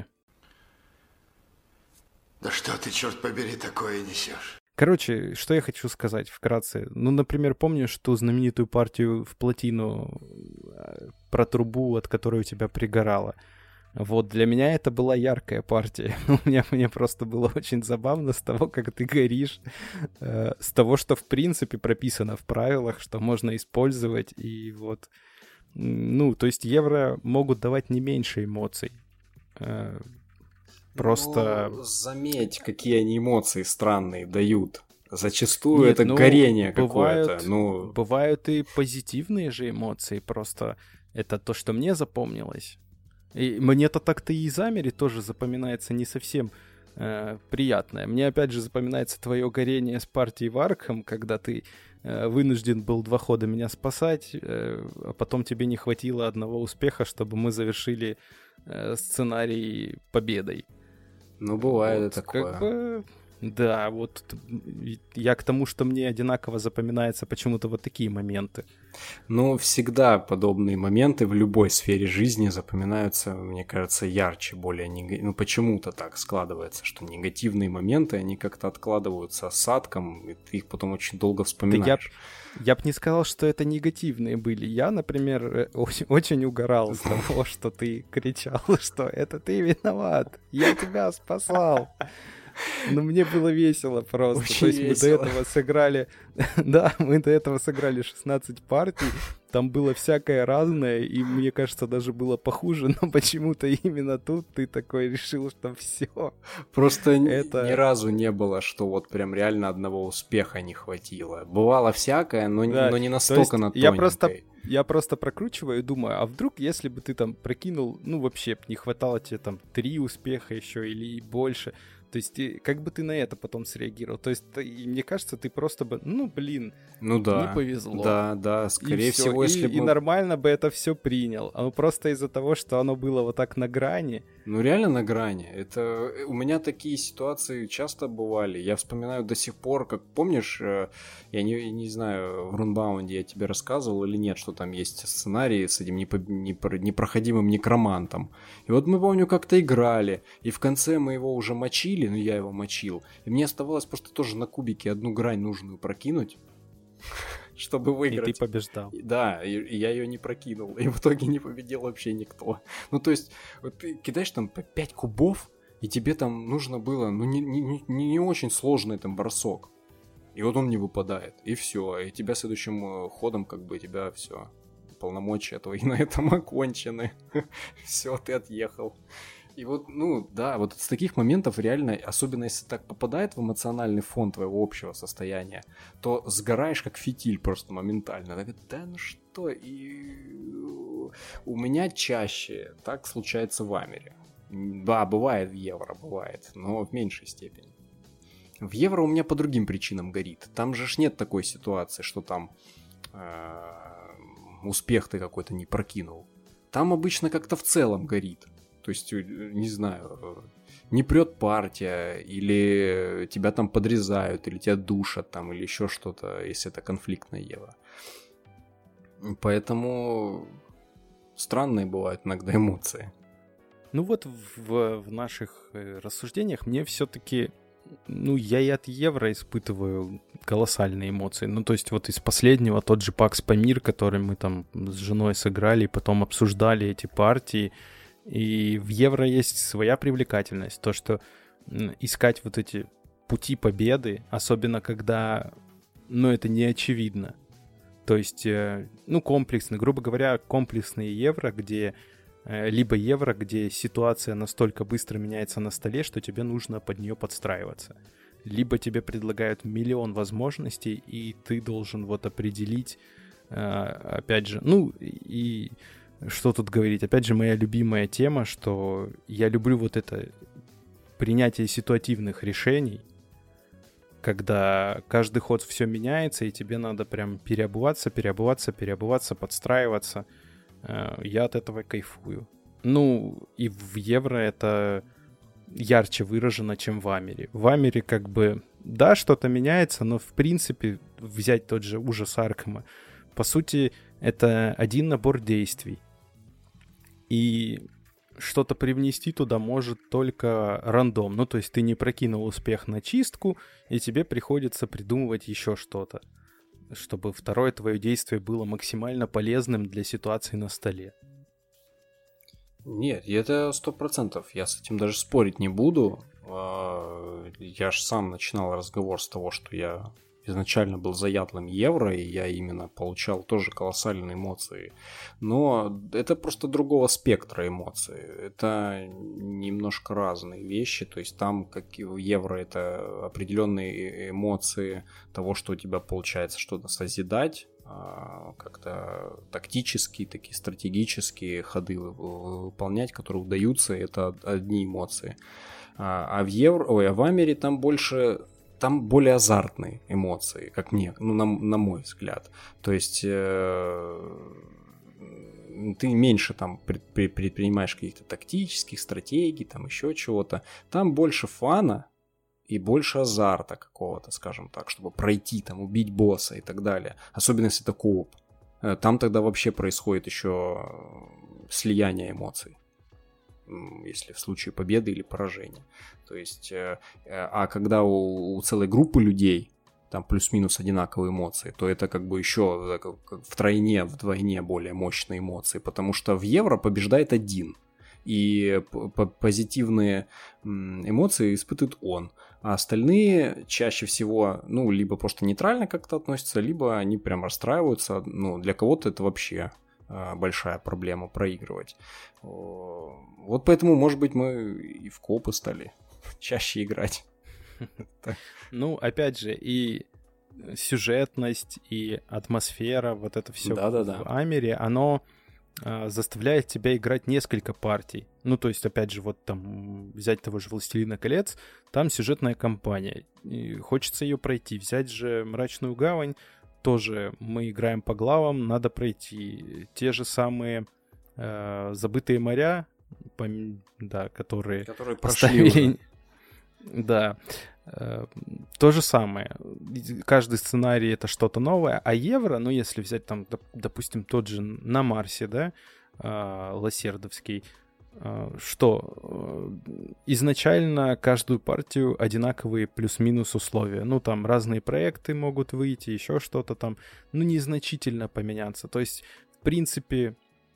Да что ты, черт побери, такое несешь? Короче, что я хочу сказать вкратце. Ну, например, помнишь ту знаменитую партию в плотину про трубу, от которой у тебя пригорало? Вот, для меня это была яркая партия. мне, мне просто было очень забавно с того, как ты горишь, э, с того, что в принципе прописано в правилах, что можно использовать, и вот... Ну, то есть евро могут давать не меньше эмоций. Э, Просто... Ну, заметь, какие они эмоции странные дают. Зачастую Нет, это ну, горение бывают, какое-то. Ну... Бывают и позитивные же эмоции, просто это то, что мне запомнилось. И мне-то так-то и из Амери тоже запоминается не совсем э, приятное. Мне опять же запоминается твое горение с партией в Аркхем, когда ты э, вынужден был два хода меня спасать, э, а потом тебе не хватило одного успеха, чтобы мы завершили э, сценарий победой. Ну, бывает Вот, такое. Как бы, Да, вот я к тому, что мне одинаково запоминаются почему-то вот такие моменты. Ну, всегда подобные моменты в любой сфере жизни запоминаются, мне кажется, ярче, более нег... ну, почему-то так складывается, что негативные моменты, они как-то откладываются осадком, и ты их потом очень долго вспоминаешь. Да я, я бы не сказал, что это негативные были. Я, например, очень, очень угорал с того, что ты кричал, что это ты виноват, я тебя спасал. Ну, мне было весело просто. Очень То есть весело. мы до этого сыграли... Да, мы до этого сыграли шестнадцать партий. Там было всякое разное, и мне кажется, даже было похуже, но почему-то именно тут ты такой решил, что все. Просто это... ни разу не было, что вот прям реально одного успеха не хватило. Бывало всякое, но, да. но не настолько на тоненькой. Я просто... Я просто прокручиваю и думаю, а вдруг, если бы ты там прокинул, ну, вообще не хватало тебе там три успеха еще или больше, то есть как бы ты на это потом среагировал? То есть ты, мне кажется, ты просто бы, ну, блин, ну, да. не повезло. Да, да, скорее и всего, и, если бы... бы... И нормально бы это все принял. А просто из-за того, что оно было вот так на грани. Ну, реально на грани. Это... У меня такие ситуации часто бывали. Я вспоминаю до сих пор, как, помнишь, я не, не знаю, в Рунбаунде я тебе рассказывал или нет, что там есть сценарий с этим непо... непро... непроходимым некромантом. И вот мы, помню, как-то играли, и в конце мы его уже мочили, ну, я его мочил, и мне оставалось просто тоже на кубике одну грань нужную прокинуть, чтобы выиграть. И ты побеждал. Да, и я ее не прокинул, и в итоге не победил вообще никто. Ну, то есть, вот ты кидаешь там по пять кубов, и тебе там нужно было, ну, не, не, не, не очень сложный там бросок. И вот он не выпадает, и все. И тебя следующим ходом, как бы, тебя все, полномочия твои на этом окончены. Все, ты отъехал. И вот, ну, да, вот с таких моментов реально, особенно если так попадает в эмоциональный фон твоего общего состояния, то сгораешь как фитиль просто моментально. Так, да ну что, и у меня чаще так случается в Амере. Да, бывает в евро, бывает, но в меньшей степени. В евро у меня по другим причинам горит. Там же ж нет такой ситуации, что там э, успех ты какой-то не прокинул. Там обычно как-то в целом горит. То есть, не знаю, не прет партия, или тебя там подрезают, или тебя душат, там, или еще что-то, если это конфликтное евро. Поэтому странные бывают иногда эмоции. Ну вот в, в наших рассуждениях мне все-таки, ну, я и от евро испытываю колоссальные эмоции. Ну, то есть вот из последнего тот же Пакс Памир, который мы там с женой сыграли, и потом обсуждали эти партии. И в евро есть своя привлекательность. То, что искать вот эти пути победы, особенно когда, ну, это не очевидно. То есть, ну, комплексный, грубо говоря, комплексные евро, где либо евро, где ситуация настолько быстро меняется на столе, что тебе нужно под нее подстраиваться. Либо тебе предлагают миллион возможностей, и ты должен вот определить, опять же, ну, и... Что тут говорить? Опять же, моя любимая тема, что я люблю вот это принятие ситуативных решений, когда каждый ход все меняется, и тебе надо прям переобуваться, переобуваться, переобуваться, подстраиваться. Я от этого кайфую. Ну, и в евро это ярче выражено, чем в Амере. В Амере как бы, да, что-то меняется, но в принципе взять тот же ужас Аркхема, по сути, это один набор действий. И что-то привнести туда может только рандом. Ну, то есть ты не прокинул успех на чистку, и тебе приходится придумывать еще что-то, чтобы второе твое действие было максимально полезным для ситуации на столе. Нет, это сто процентов. Я с этим даже спорить не буду. Я же сам начинал разговор с того, что я изначально был заядлым евро, и я именно получал тоже колоссальные эмоции. Но это просто другого спектра эмоций. Это немножко разные вещи. То есть там, как и в евро, это определенные эмоции того, что у тебя получается что-то созидать, как-то тактические, такие стратегические ходы выполнять, которые удаются, это одни эмоции. А в евро, ой, а в Амере там больше... Там более азартные эмоции, как мне, ну, на, на мой взгляд. То есть э, ты меньше там предпри- предпринимаешь каких-то тактических стратегий, там еще чего-то. Там больше фана, и больше азарта какого-то, скажем так, чтобы пройти, там, убить босса и так далее. Особенно если это кооп. Там тогда вообще происходит еще слияние эмоций, если в случае победы или поражения. То есть, а когда у, у целой группы людей там плюс-минус одинаковые эмоции, то это как бы еще втройне, вдвойне более мощные эмоции, потому что в Евро побеждает один, и позитивные эмоции испытывает он, а остальные чаще всего, ну, либо просто нейтрально как-то относятся, либо они прям расстраиваются, ну, для кого-то это вообще большая проблема проигрывать. Вот поэтому, может быть, мы и в коопы стали чаще играть. Ну, опять же, и сюжетность, и атмосфера, вот это все в Амере, оно э, заставляет тебя играть несколько партий. Ну, то есть, опять же, вот там взять того же «Властелина колец», там сюжетная кампания, и хочется ее пройти. Взять же «Мрачную гавань», тоже мы играем по главам, надо пройти. Те же самые э, «Забытые моря», пом... да, которые, которые поставили... Да, то же самое. Каждый сценарий — это что-то новое, а Евро, ну, если взять там, допустим, тот же «На Марсе», да, Лассердовский, что изначально каждую партию одинаковые плюс-минус условия. Ну, там разные проекты могут выйти, еще что-то там, ну, незначительно поменяться. То есть, в принципе,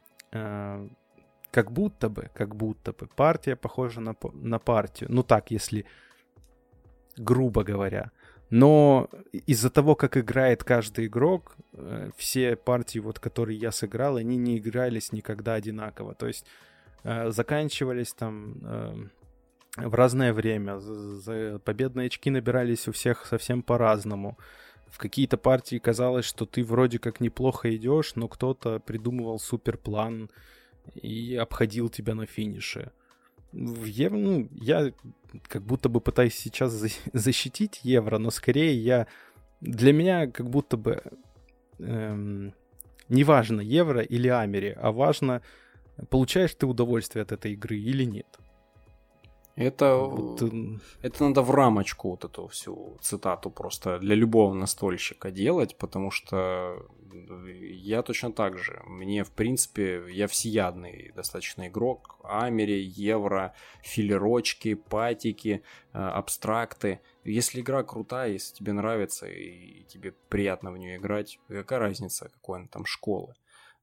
как будто бы, как будто бы партия похожа на, на партию. Ну так, если грубо говоря. Но из-за того, как играет каждый игрок, все партии, вот, которые я сыграл, они не игрались никогда одинаково. То есть заканчивались там в разное время. Победные очки набирались у всех совсем по-разному. В какие-то партии казалось, что ты вроде как неплохо идешь, но кто-то придумывал суперплан и обходил тебя на финише. Евро, ну, я как будто бы пытаюсь сейчас защитить Евро, но скорее я... Для меня как будто бы эм, не важно, Евро или Амери, а важно, получаешь ты удовольствие от этой игры или нет. Это, вот, это надо в рамочку вот эту всю цитату просто для любого настольщика делать, потому что я точно так же. Мне, в принципе, я всеядный достаточно игрок. Амери, Евро, филерочки, патики, абстракты. Если игра крутая, если тебе нравится и тебе приятно в нее играть, какая разница, какой она там школы.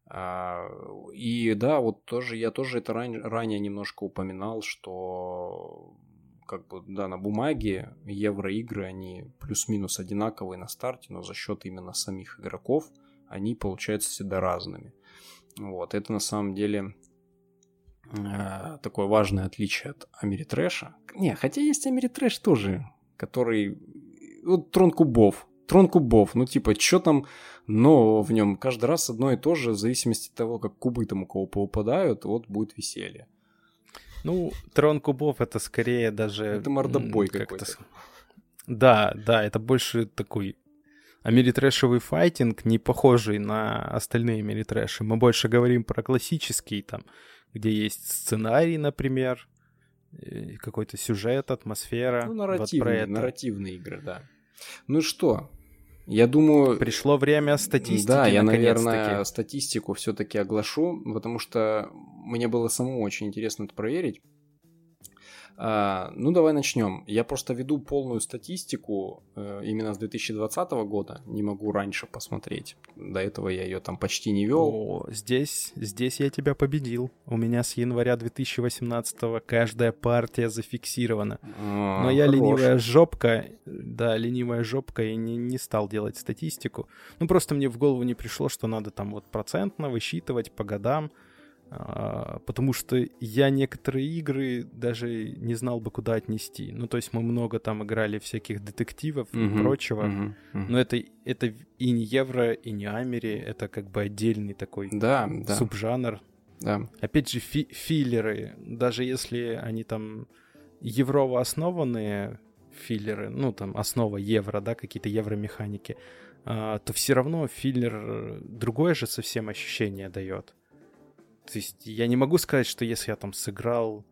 И да, вот тоже я тоже это ран, ранее немножко упоминал, что как бы да, на бумаге евроигры, они плюс-минус одинаковые на старте, но за счет именно самих игроков они получаются всегда разными. Вот, это на самом деле э, такое важное отличие от Америтрэша. Не, хотя есть Америтрэш тоже, который... Вот Трон Кубов. Трон Кубов, ну типа, что там нового в нем? Каждый раз одно и то же, в зависимости от того, как кубы там у кого попадают, вот будет веселье. Ну, Трон Кубов это скорее даже... Это мордобой какой-то. Да, да, это больше такой америтрэшевый файтинг, не похожий на остальные америтрэши. Мы больше говорим про классический, там, где есть сценарий, например, какой-то сюжет, атмосфера. Ну, нарративные, вот нарративные игры, да. Ну что, я думаю... Пришло время статистики, да, я, наверное, статистику все-таки оглашу, потому что мне было самому очень интересно это проверить. А, ну, давай начнем. Я просто веду полную статистику э, именно с две тысячи двадцатого года. Не могу раньше посмотреть. До этого я ее там почти не вел. О, здесь, здесь я тебя победил. У меня с января две тысячи восемнадцатого каждая партия зафиксирована. А, Но я хорош. ленивая жопка, да, ленивая жопка, и не, не стал делать статистику. Ну, просто мне в голову не пришло, что надо там вот процентно высчитывать по годам. Uh, потому что я некоторые игры даже не знал бы, куда отнести. Ну, то есть мы много там играли всяких детективов uh-huh, и прочего, uh-huh, uh-huh. но это, это и не Евро, и не Амери, это как бы отдельный такой да, да. субжанр. Да. Опять же, фи- филлеры, даже если они там еврово основанные филлеры, ну, там основа евро, да, какие-то евромеханики, uh, то все равно филлер другое же совсем ощущение дает. То есть я не могу сказать, что если я там сыграл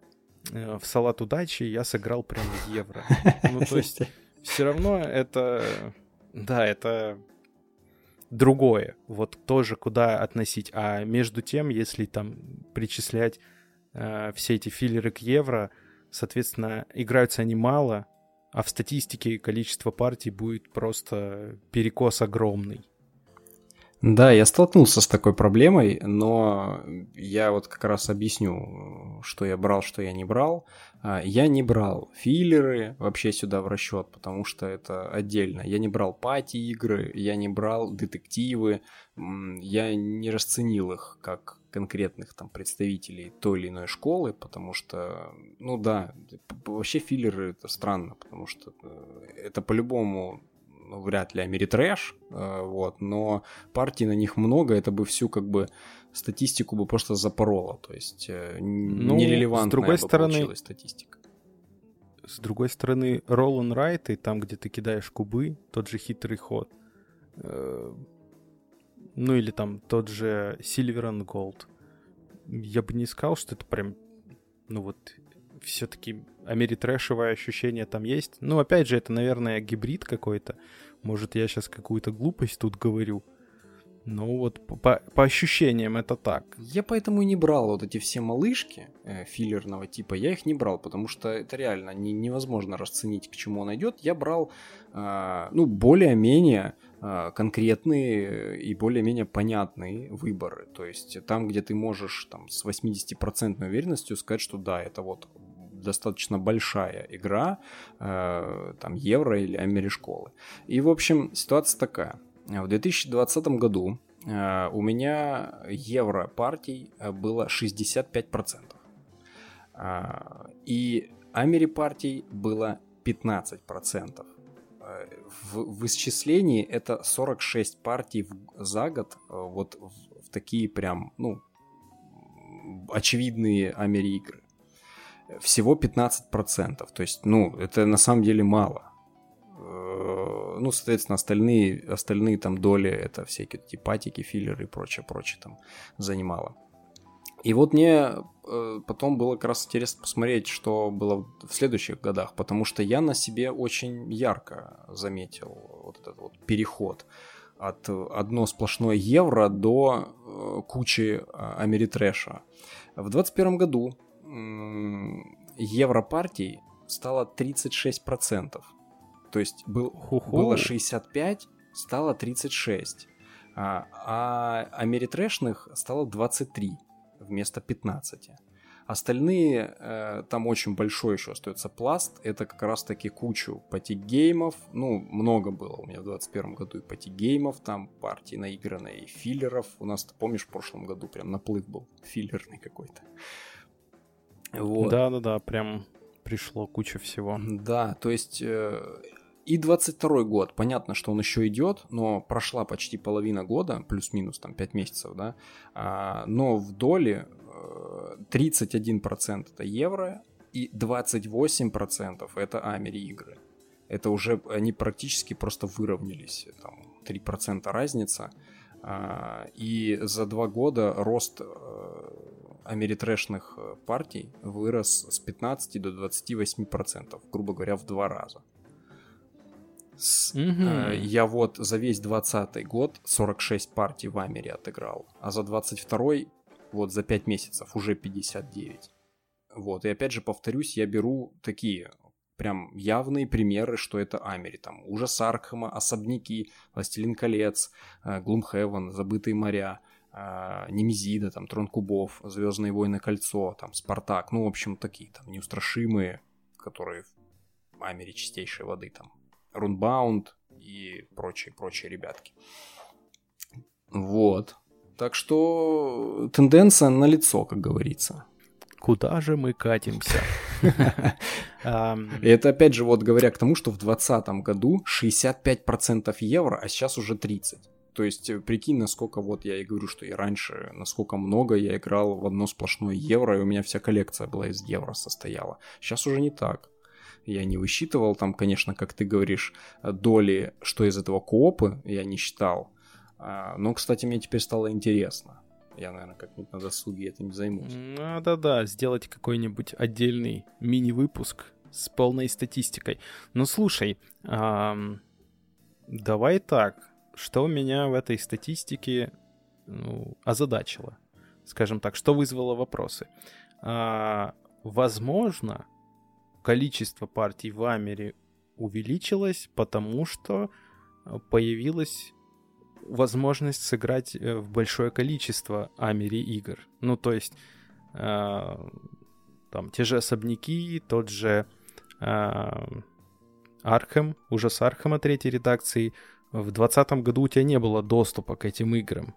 в салат удачи я сыграл прям евро. Ну, то есть, все равно это... Да, это другое. Вот тоже куда относить. А между тем, если там причислять э, все эти филлеры к евро, соответственно, играются они мало, а в статистике количество партий будет просто перекос огромный. Да, я столкнулся с такой проблемой, но я вот как раз объясню, что я брал, что я не брал. Я не брал филлеры вообще сюда в расчет, потому что это отдельно. Я не брал пати-игры, я не брал детективы, я не расценил их как конкретных там представителей той или иной школы, потому что, ну да, вообще филлеры это странно, потому что это по-любому... Ну, вряд ли Америтрэш, вот, но партий на них много, это бы всю как бы статистику бы просто запороло, то есть ну, нерелевантная с другой бы стороны, получилась статистика. С другой стороны, roll and write, и там, где ты кидаешь кубы, тот же хитрый ход, ну или там тот же Silver and Gold, я бы не сказал, что это прям, ну вот... все-таки америтрэшевое ощущение там есть. Ну, опять же, это, наверное, гибрид какой-то. Может, я сейчас какую-то глупость тут говорю. Но вот по, по ощущениям это так. Я поэтому и не брал вот эти все малышки э, филлерного типа. Я их не брал, потому что это реально не, невозможно расценить, к чему он идет. Я брал, э, ну, более-менее э, конкретные и более-менее понятные выборы. То есть там, где ты можешь там, с восьмидесятипроцентной уверенностью сказать, что да, это вот достаточно большая игра, э, там, евро или америшколы. И, в общем, ситуация такая. В две тысячи двадцатом году э, у меня евро партий было шестьдесят пять процентов. Э, и амери партий было пятнадцать процентов. Э, в, в исчислении это сорок шесть партий в, за год, э, вот в, в такие прям, ну, очевидные амери игры. Всего пятнадцать процентов. То есть, ну, это на самом деле мало. Ну, соответственно, остальные, остальные там доли, это всякие эти патики, филлеры и прочее, прочее там занимало. И вот мне э, потом было как раз интересно посмотреть, что было в следующих годах, потому что я на себе очень ярко заметил вот этот вот переход от одно сплошное евро до э, кучи америтрэша. В двадцать первом году э, евро партий стало тридцать шесть процентов. То есть был, было шестьдесят пять, стало тридцать шесть, а, а америтрэшных стало двадцать три вместо пятнадцати. Остальные, э, там очень большой еще остается пласт, это как раз таки кучу патигеймов, ну, много было у меня в двадцать первом году и патигеймов, там партии наигранные, и филлеров. У нас, ты помнишь, в прошлом году прям наплыв был филлерный какой-то. Вот. Да-да-да, прям... пришло куча всего. Да, то есть э, и двадцать второй год, понятно, что он еще идет, но прошла почти половина года, плюс-минус там пять месяцев, да, а, но в доле э, тридцать один процент это евро и двадцать восемь процентов это амери игры. Это уже они практически просто выровнялись, там три процента разница, а, и за два года рост э, америтрэшных партий вырос с пятнадцати до двадцати восьми процентов, грубо говоря, в два раза. С, mm-hmm. э, я вот за весь двадцатый год сорок шесть партий в Амере отыграл, а за двадцать второй вот за пять месяцев уже пятьдесят девять. Вот, и опять же повторюсь, я беру такие прям явные примеры, что это Амери. Там Ужас Аркхема, Особняки, Властелин колец, Глумхевен, Забытые моря, Немезида, там, Трон кубов, Звездные войны, Кольцо, там, Спартак, ну, в общем, такие там неустрашимые, которые в Амери чистейшей воды, там, Рунбаунд и прочие-прочие ребятки. Вот. Так что тенденция налицо, как говорится. Куда же мы катимся? И это опять же, вот говоря к тому, что в двадцатом году шестьдесят пять процентов евро, а сейчас уже тридцать процентов. То есть, прикинь, насколько вот я и говорю, что я раньше, насколько много я играл в одно сплошное евро, и у меня вся коллекция была из евро состояла. Сейчас уже не так. Я не высчитывал там, конечно, как ты говоришь, доли, что из этого коопы, я не считал. Но, кстати, мне теперь стало интересно. Я, наверное, как-нибудь на досуге этим займусь. Ну, да-да, сделать какой-нибудь отдельный мини-выпуск с полной статистикой. Ну, слушай, эм, давай так. Что меня в этой статистике ну, озадачило? Скажем так, что вызвало вопросы? А, возможно, количество партий в Амере увеличилось, потому что появилась возможность сыграть в большое количество Амере игр. Ну, то есть, э, там, те же особняки, тот же э, Архем, ужас Архема третьей редакции. В двадцатом году у тебя не было доступа к этим играм.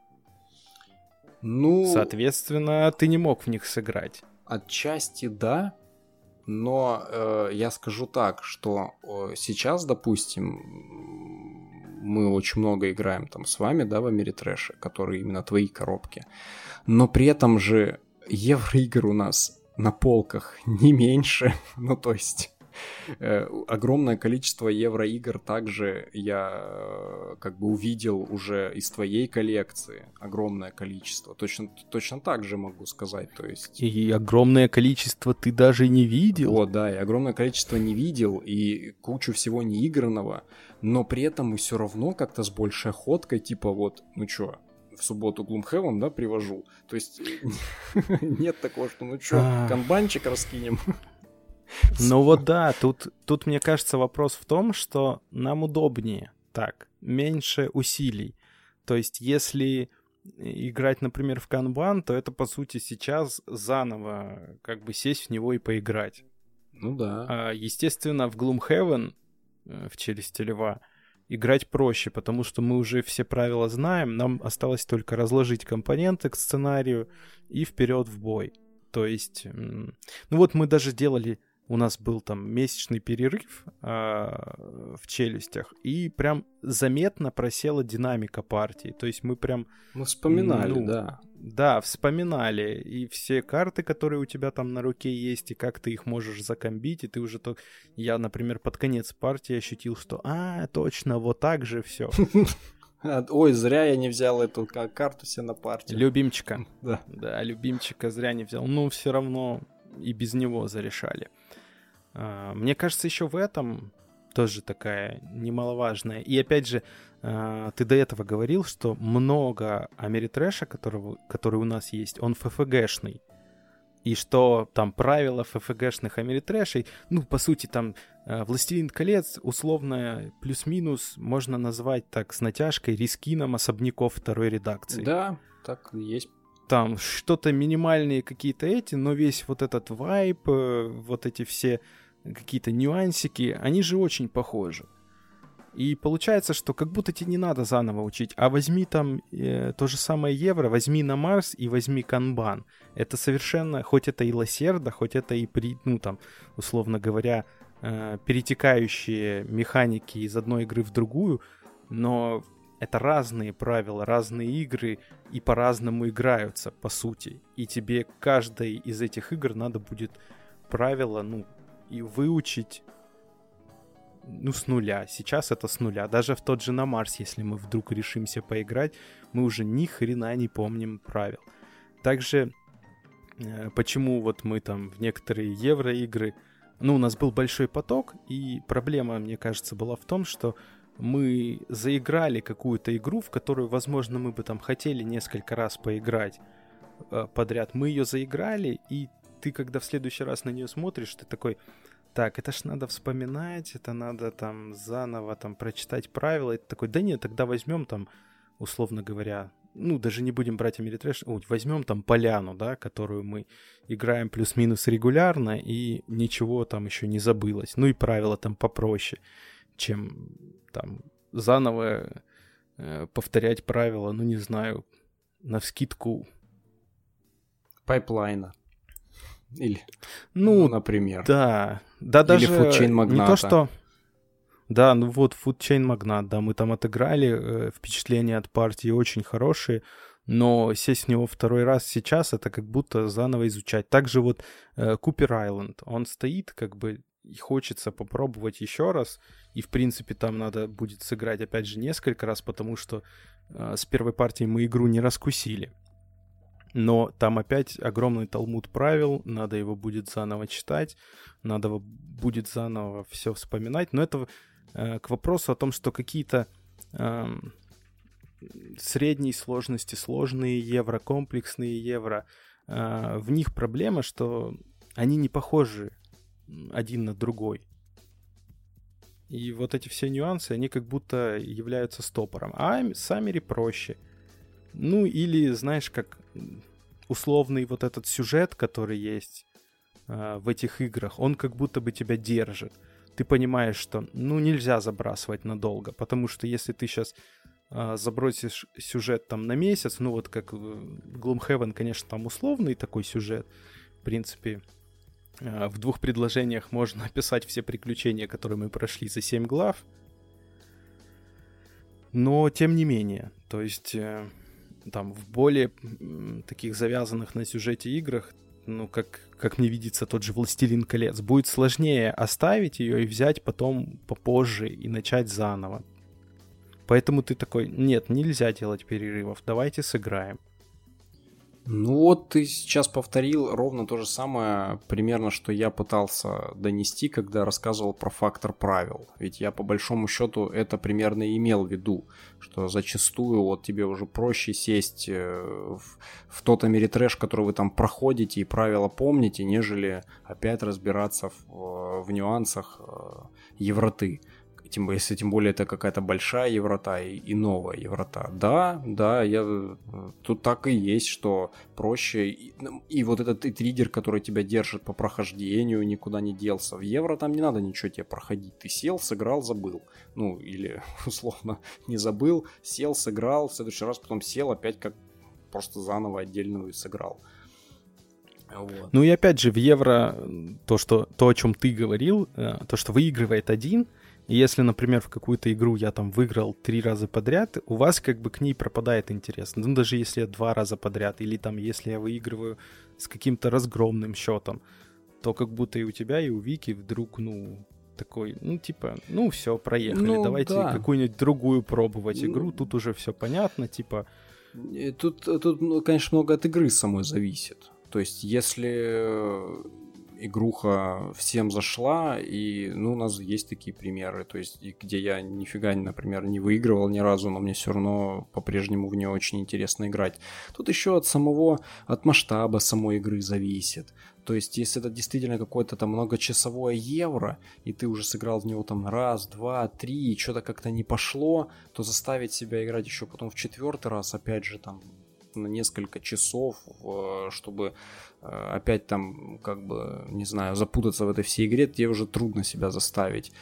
Ну... Соответственно, ты не мог в них сыграть. Отчасти да, но э, я скажу так, что э, сейчас, допустим, мы очень много играем там с вами, да, в Америтрэше, которые именно твои коробки, но при этом же евроигр у нас на полках не меньше, ну то есть э, огромное количество евроигр также я э, как бы увидел уже из твоей коллекции, огромное количество, точно, точно так же могу сказать, то есть... И огромное количество ты даже не видел. О, да, и огромное количество не видел, и кучу всего неигранного, но при этом мы все равно как-то с большей охоткой, типа вот, ну чё, в субботу Gloomhaven, да, привожу, то есть нет такого, что ну чё, канбанчик раскинем. Ну вот да, тут, тут, мне кажется, вопрос в том, что нам удобнее так, меньше усилий. То есть если играть, например, в канбан, то это, по сути, сейчас заново как бы сесть в него и поиграть. Ну да. А, естественно, в Gloomhaven, в Челюсти Льва, играть проще, потому что мы уже все правила знаем, нам осталось только разложить компоненты к сценарию и вперед в бой. То есть, ну вот мы даже делали... У нас был там месячный перерыв э, в челюстях, и прям заметно просела динамика партии. То есть мы прям... Мы вспоминали, ну, да. Да, вспоминали. И все карты, которые у тебя там на руке есть, и как ты их можешь закомбить, и ты уже... то Я, например, под конец партии ощутил, что а, точно, вот так же все. Ой, зря я не взял эту карту себе на партию. Любимчика. Да. Да, любимчика зря не взял. Ну, все равно и без него зарешали. Мне кажется, еще в этом тоже такая немаловажная. И опять же, ты до этого говорил, что много Америтрэша, которого, который у нас есть, он эф эф джи-шный. И что там правила эф эф джи-шных Америтрэшей, ну, по сути, там «Властелин колец» условно плюс-минус можно назвать так с натяжкой рискином особняков второй редакции. Да, так и есть. Там что-то минимальные какие-то эти, но весь вот этот вайб, вот эти все какие-то нюансики, они же очень похожи. И получается, что как будто тебе не надо заново учить, а возьми там э, то же самое евро, возьми на Марс и возьми канбан. Это совершенно, хоть это и лосерда, хоть это и, при, ну там, условно говоря, э, перетекающие механики из одной игры в другую, но это разные правила, разные игры и по-разному играются, по сути. И тебе каждой из этих игр надо будет правила, ну, и выучить, ну, с нуля. Сейчас это с нуля. Даже в тот же на Марс, если мы вдруг решимся поиграть, мы уже ни хрена не помним правил. Также, э, почему вот мы там в некоторые евроигры... Ну, у нас был большой поток, и проблема, мне кажется, была в том, что мы заиграли какую-то игру, в которую, возможно, мы бы там хотели несколько раз поиграть э, подряд. Мы ее заиграли, и ты, когда в следующий раз на нее смотришь, ты такой, так, это ж надо вспоминать, это надо там заново там прочитать правила. И ты такой, да нет, тогда возьмем там, условно говоря, ну, даже не будем брать Америтрэш, ой, возьмем там поляну, да, которую мы играем плюс-минус регулярно, и ничего там еще не забылось. Ну и правила там попроще, чем там заново э, повторять правила, ну, не знаю, навскидку. Пайплайна. Или, ну, ну, например. Да, да, даже Или Food Chain Magnate. Не то, что... Да, ну вот Food Chain Magnate, да, мы там отыграли, э, впечатления от партии очень хорошие, но сесть в него второй раз сейчас, это как будто заново изучать. Также вот э, Cooper Island, он стоит, как бы, и хочется попробовать еще раз, и, в принципе, там надо будет сыграть, опять же, несколько раз, потому что э, с первой партии мы игру не раскусили. Но там опять огромный талмуд правил, надо его будет заново читать, надо будет заново все вспоминать. Но это э, к вопросу о том, что какие-то э, средней сложности сложные евро, комплексные евро, э, в них проблема, что они не похожи один на другой. И вот эти все нюансы, они как будто являются стопором. А Саммери проще. Ну, или, знаешь, как условный вот этот сюжет, который есть э, в этих играх, он как будто бы тебя держит. Ты понимаешь, что, ну, нельзя забрасывать надолго, потому что если ты сейчас э, забросишь сюжет там на месяц, ну, вот как в Gloomhaven, конечно, там условный такой сюжет, в принципе, э, в двух предложениях можно описать все приключения, которые мы прошли за семь глав, но тем не менее, то есть... Э, там в более м, таких завязанных на сюжете играх, ну, как, как мне видится, тот же «Властелин колец», будет сложнее оставить ее и взять потом попозже и начать заново. Поэтому ты такой, нет, нельзя делать перерывов, давайте сыграем. Ну вот ты сейчас повторил ровно то же самое, примерно, что я пытался донести, когда рассказывал про фактор правил. Ведь я по большому счету это примерно и имел в виду, что зачастую вот тебе уже проще сесть в, в тот Америтрэш, который вы там проходите и правила помните, нежели опять разбираться в, в нюансах евроты. Тем, если тем более это какая-то большая еврота и, и новая еврота. Да, да, я, тут так и есть, что проще. И, и вот этот и триггер, который тебя держит по прохождению, никуда не делся. В евро там не надо ничего тебе проходить. Ты сел, сыграл, забыл. Ну, или, условно, не забыл, сел, сыграл, в следующий раз потом сел, опять как просто заново отдельную сыграл. Вот. Ну и опять же, в евро то, что, то, о чем ты говорил, то, что выигрывает один. И если, например, в какую-то игру я там выиграл три раза подряд, у вас как бы к ней пропадает интерес. Ну, даже если я два раза подряд, или там, если я выигрываю с каким-то разгромным счетом, то как будто и у тебя, и у Вики вдруг, ну, такой, ну, типа, ну, все, проехали, ну, давайте да. какую-нибудь другую пробовать игру, тут уже все понятно, типа... Тут, тут, конечно, много от игры самой зависит. То есть, если... игруха всем зашла, и, ну, у нас есть такие примеры, то есть, где я нифига, например, не выигрывал ни разу, но мне все равно по-прежнему в нее очень интересно играть. Тут еще от самого, от масштаба самой игры зависит. То есть, если это действительно какое-то там многочасовое евро, и ты уже сыграл в него там раз, два, три, и что-то как-то не пошло, то заставить себя играть еще потом в четвертый раз, опять же, там, на несколько часов, чтобы опять там, как бы, не знаю, запутаться в этой всей игре, тебе уже трудно себя заставить.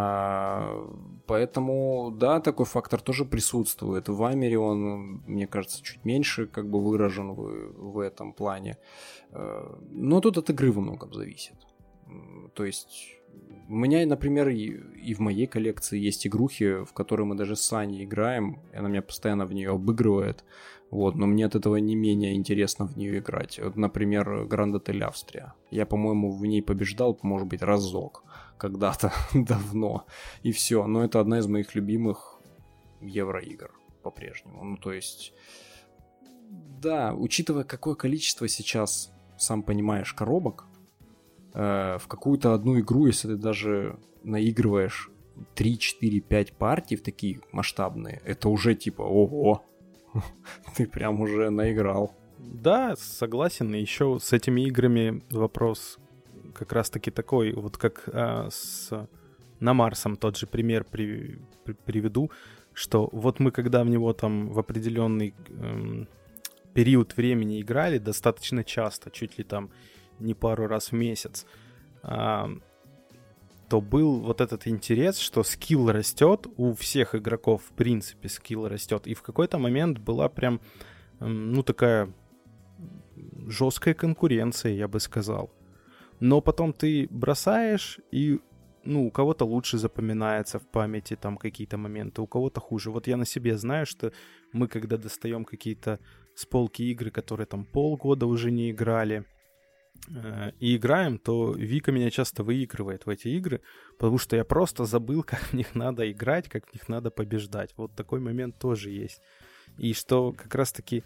Поэтому, да, такой фактор тоже присутствует. В Амере он, мне кажется, чуть меньше как бы выражен в, в этом плане. Но тут от игры во многом зависит. То есть... У меня, например, и, и в моей коллекции есть игрухи, в которые мы даже с Саней играем, и она меня постоянно в нее обыгрывает, вот, но мне от этого не менее интересно в нее играть. Вот, например, Grand Hotel Австрия. Я, по-моему, в ней побеждал, может быть, разок когда-то давно, и все. Но это одна из моих любимых евроигр по-прежнему. Ну, то есть, да, учитывая, какое количество сейчас, сам понимаешь, коробок, в какую-то одну игру, если ты даже наигрываешь три, четыре, пять партий в такие масштабные, это уже типа ого, ты прям уже наиграл. Да, согласен. И еще с этими играми вопрос как раз-таки такой, вот как а, с на Марсом тот же пример при, при, приведу, что вот мы когда в него там в определенный эм, период времени играли, достаточно часто, чуть ли там не пару раз в месяц, а, то был вот этот интерес, что скилл растет, у всех игроков в принципе скилл растет, и в какой-то момент была прям, ну, такая жесткая конкуренция, я бы сказал. Но потом ты бросаешь, и, ну, у кого-то лучше запоминается в памяти там какие-то моменты, у кого-то хуже. Вот я на себе знаю, что мы, когда достаем какие-то с полки игры, которые там полгода уже не играли, и играем, то Вика меня часто выигрывает в эти игры, потому что я просто забыл, как в них надо играть, как в них надо побеждать. Вот такой момент тоже есть. И что как раз-таки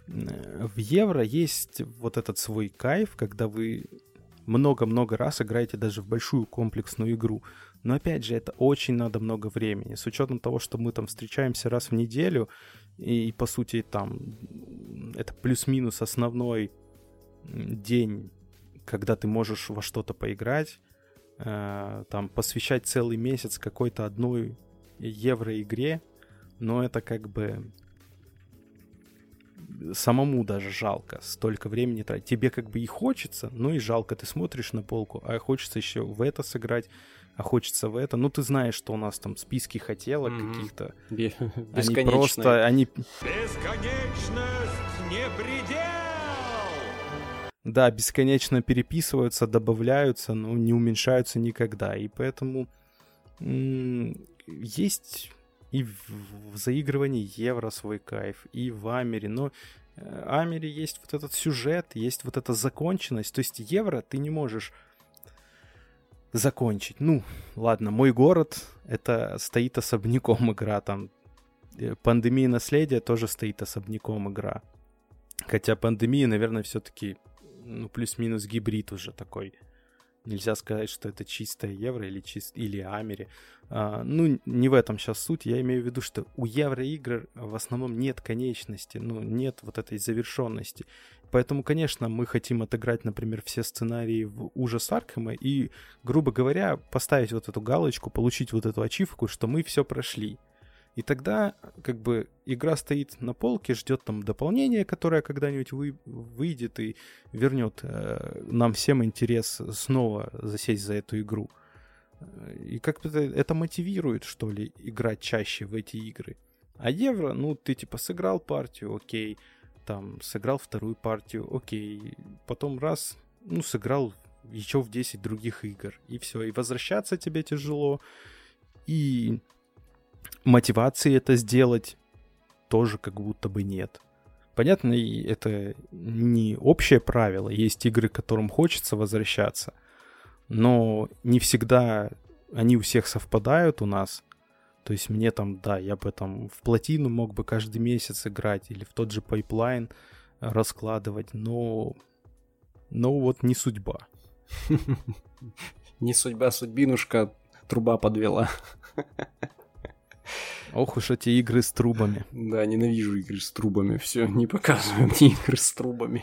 в евро есть вот этот свой кайф, когда вы много-много раз играете даже в большую комплексную игру. Но опять же, это очень надо много времени. С учетом того, что мы там встречаемся раз в неделю, и по сути там это плюс-минус основной день, когда ты можешь во что-то поиграть, э, там посвящать целый месяц какой-то одной евроигре, но это как бы самому даже жалко столько времени тратить. Тебе как бы и хочется, но и жалко. Ты смотришь на полку, а хочется еще в это сыграть, а хочется в это. Ну, ты знаешь, что у нас там списки хотелок mm-hmm. каких-то. Бе- они просто... Они... Бесконечность не предел! Да, бесконечно переписываются, добавляются, но не уменьшаются никогда. И поэтому м- есть... И в, в заигрывании евро свой кайф, и в Амере. Но э, Амере есть вот этот сюжет, есть вот эта законченность. То есть евро ты не можешь закончить. Ну, ладно, мой город, это стоит особняком игра. Там Пандемия наследия тоже стоит особняком игра. Хотя Пандемия, наверное, все-таки ну, плюс-минус гибрид уже такой. Нельзя сказать, что это чистое евро или, чист... или Амере. А, ну, не в этом сейчас суть. Я имею в виду, что у евроигр в основном нет конечности, ну, нет вот этой завершенности. Поэтому, конечно, мы хотим отыграть, например, все сценарии в Ужас Аркхема и, грубо говоря, поставить вот эту галочку, получить вот эту ачивку, что мы все прошли. И тогда, как бы, игра стоит на полке, ждет там дополнение, которое когда-нибудь вы, выйдет и вернет э, нам всем интерес снова засесть за эту игру. И как-то это мотивирует, что ли, играть чаще в эти игры. А евро, ну, ты типа сыграл партию, окей, там, сыграл вторую партию, окей, потом раз, ну, сыграл еще в десять других игр, и все, и возвращаться тебе тяжело, и... мотивации это сделать тоже как будто бы нет. Понятно, это не общее правило. Есть игры, к которым хочется возвращаться, но не всегда они у всех совпадают у нас. То есть мне там, да, я бы там в платину мог бы каждый месяц играть или в тот же пайплайн раскладывать, но, но вот не судьба. Не судьба, судьбинушка, труба подвела. Ох уж эти игры с трубами. Да, ненавижу игры с трубами. Все, не показывай мне игры с трубами.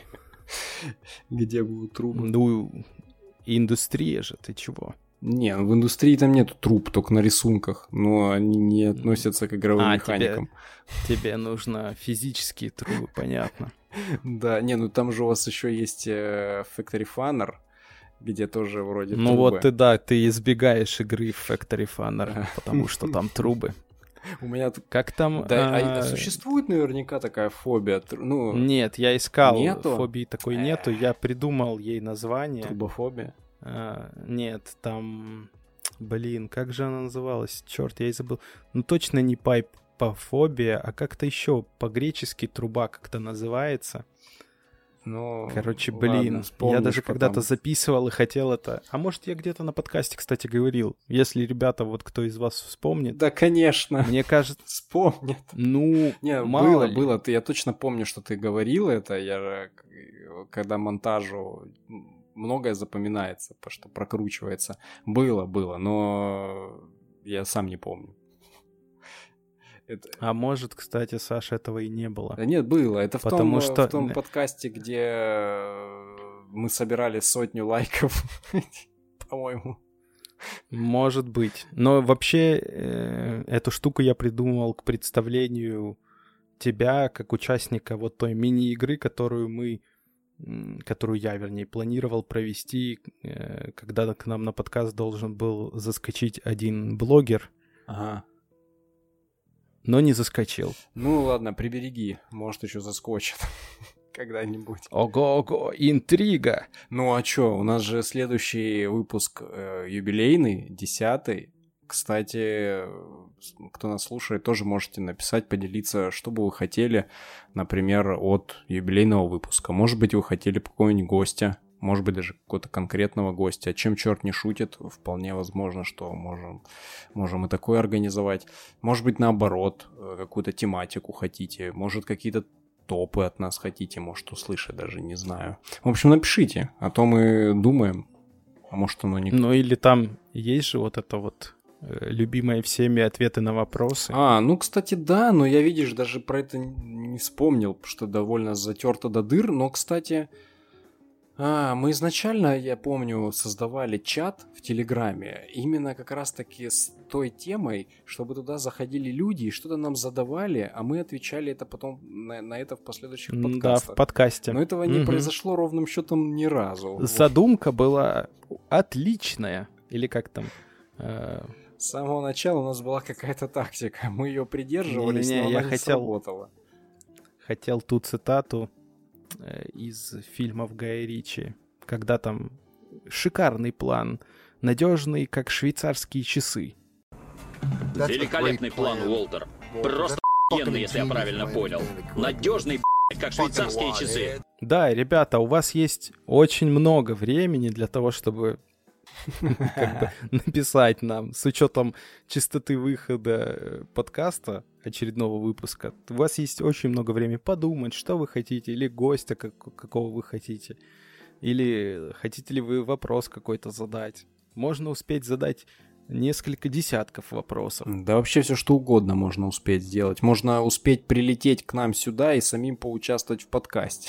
Где будут трубы? Ну, индустрия же, ты чего? Не, в индустрии там нету труб, только на рисунках. Но они не относятся к игровым а, механикам. Тебе, тебе нужно физические трубы, понятно. Да, не, ну там же у вас еще есть Factory Funner, где тоже вроде ну трубы. Вот ты, да, ты избегаешь игры в Factory Funner, потому что там трубы. У меня как там... Да, а... а существует наверняка такая фобия? Ну... Нет, я искал. Нету? Фобии такой нету. Я придумал ей название. Трубофобия? А, нет, там... Блин, как же она называлась? Черт, я и забыл. Ну, точно не пайпофобия, а как-то еще по-гречески труба как-то называется. Ну, короче, блин, ладно, я даже потом. когда-то записывал и хотел это. А может, я где-то на подкасте, кстати, говорил. Если ребята, вот кто из вас вспомнит. Да, конечно. Мне кажется... Вспомнит. Ну, не, мало было, ли. было. Ты, я точно помню, что ты говорил это. Я, когда монтажу многое запоминается, потому что прокручивается. Было, было, но я сам не помню. Это... А может, кстати, Саша, этого и не было. Да нет, было. Это в, Потому том, что... в том подкасте, где мы собирали сотню лайков, по-моему. Может быть. Но вообще э, эту штуку я придумал к представлению тебя как участника вот той мини-игры, которую мы, которую я, вернее, планировал провести, э, когда к нам на подкаст должен был заскочить один блогер. Ага. Но не заскочил. Ну ладно, прибереги, может еще заскочит когда-нибудь. Ого-ого, интрига! Ну а чё, у нас же следующий выпуск э, юбилейный, десятый. Кстати, кто нас слушает, тоже можете написать, поделиться, что бы вы хотели, например, от юбилейного выпуска. Может быть, вы хотели какого-нибудь гостя, может быть, даже какого-то конкретного гостя. Чем черт не шутит, вполне возможно, что можем, можем и такое организовать. Может быть, наоборот, какую-то тематику хотите. Может, какие-то топы от нас хотите, может, услышать, даже не знаю. В общем, напишите, а то мы думаем, а может, оно не... Ну или там есть же вот это вот э, любимые всеми ответы на вопросы. А, ну, кстати, да, но я, видишь, даже про это не вспомнил, что довольно затерто до дыр, но, кстати... А, мы изначально, я помню, создавали чат в Телеграме именно как раз-таки с той темой, чтобы туда заходили люди и что-то нам задавали, а мы отвечали это потом на, на это в последующих подкастах. Да, в подкасте. Но этого не Мгм. произошло ровным счетом ни разу. Задумка была отличная. Или как там... э, С самого начала у нас была какая-то тактика, мы ее придерживались, Не-не-не, но я она не хотел- сработала. Хотел ту цитату э, из фильмов Гая Ричи, когда там шикарный план, надежный, как швейцарские часы. Великолепный план, Уолтер. Просто охуенный, если я правильно понял. Надежный, как швейцарские часы. Да, ребята, у вас есть очень много времени для того, чтобы как бы написать нам, с учетом частоты выхода э, подкаста, очередного выпуска. У вас есть очень много времени подумать, что вы хотите, или гостя как- какого вы хотите, или хотите ли вы вопрос какой-то задать. Можно успеть задать несколько десятков вопросов. Да вообще все что угодно можно успеть сделать. Можно успеть прилететь к нам сюда и самим поучаствовать в подкасте.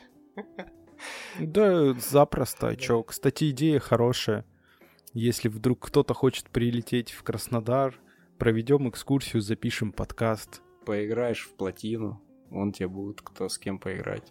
Да, запросто. Чё, кстати, идея хорошая. Если вдруг кто-то хочет прилететь в Краснодар, проведем экскурсию, запишем подкаст. Поиграешь в плотину, он тебе будет кто с кем поиграть.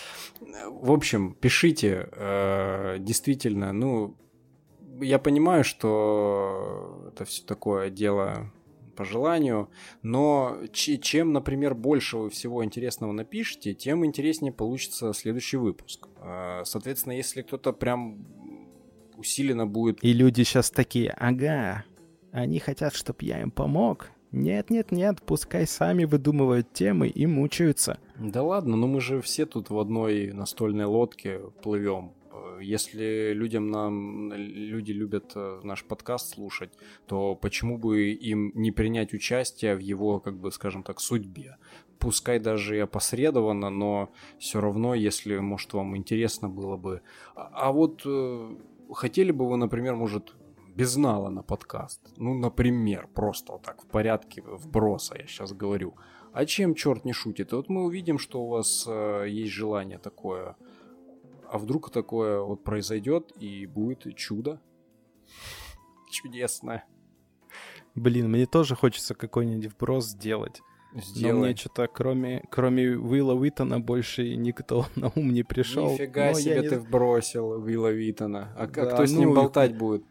В общем, пишите. э, Действительно, ну, я понимаю, что это все такое дело по желанию, но ч- чем, например, больше вы всего интересного напишите, тем интереснее получится следующий выпуск. Э, Соответственно, если кто-то прям усиленно будет... И люди сейчас такие: ага, они хотят, чтобы я им помог. Нет-нет-нет, пускай сами выдумывают темы и мучаются. Да ладно, ну мы же все тут в одной настольной лодке плывем. Если людям нам люди любят э, наш подкаст слушать, то почему бы им не принять участие в его, как бы, скажем так, судьбе? Пускай даже и опосредованно, но все равно, если, может, вам интересно было бы. А, а вот э, хотели бы вы, например, может, без нала на подкаст? Ну, например, просто вот так в порядке вброса, я сейчас говорю. А чем черт не шутит? И вот мы увидим, что у вас э, есть желание такое. А вдруг такое вот произойдет и будет чудо? Чудесное. Блин, мне тоже хочется какой-нибудь вброс сделать. Сделай. Но мне что-то кроме, кроме Уилла Уитона больше никто на ум не пришел. Нифига Но себе я не ты з- вбросил Уилла Уитона. А как Да, кто с ним ну, болтать будет?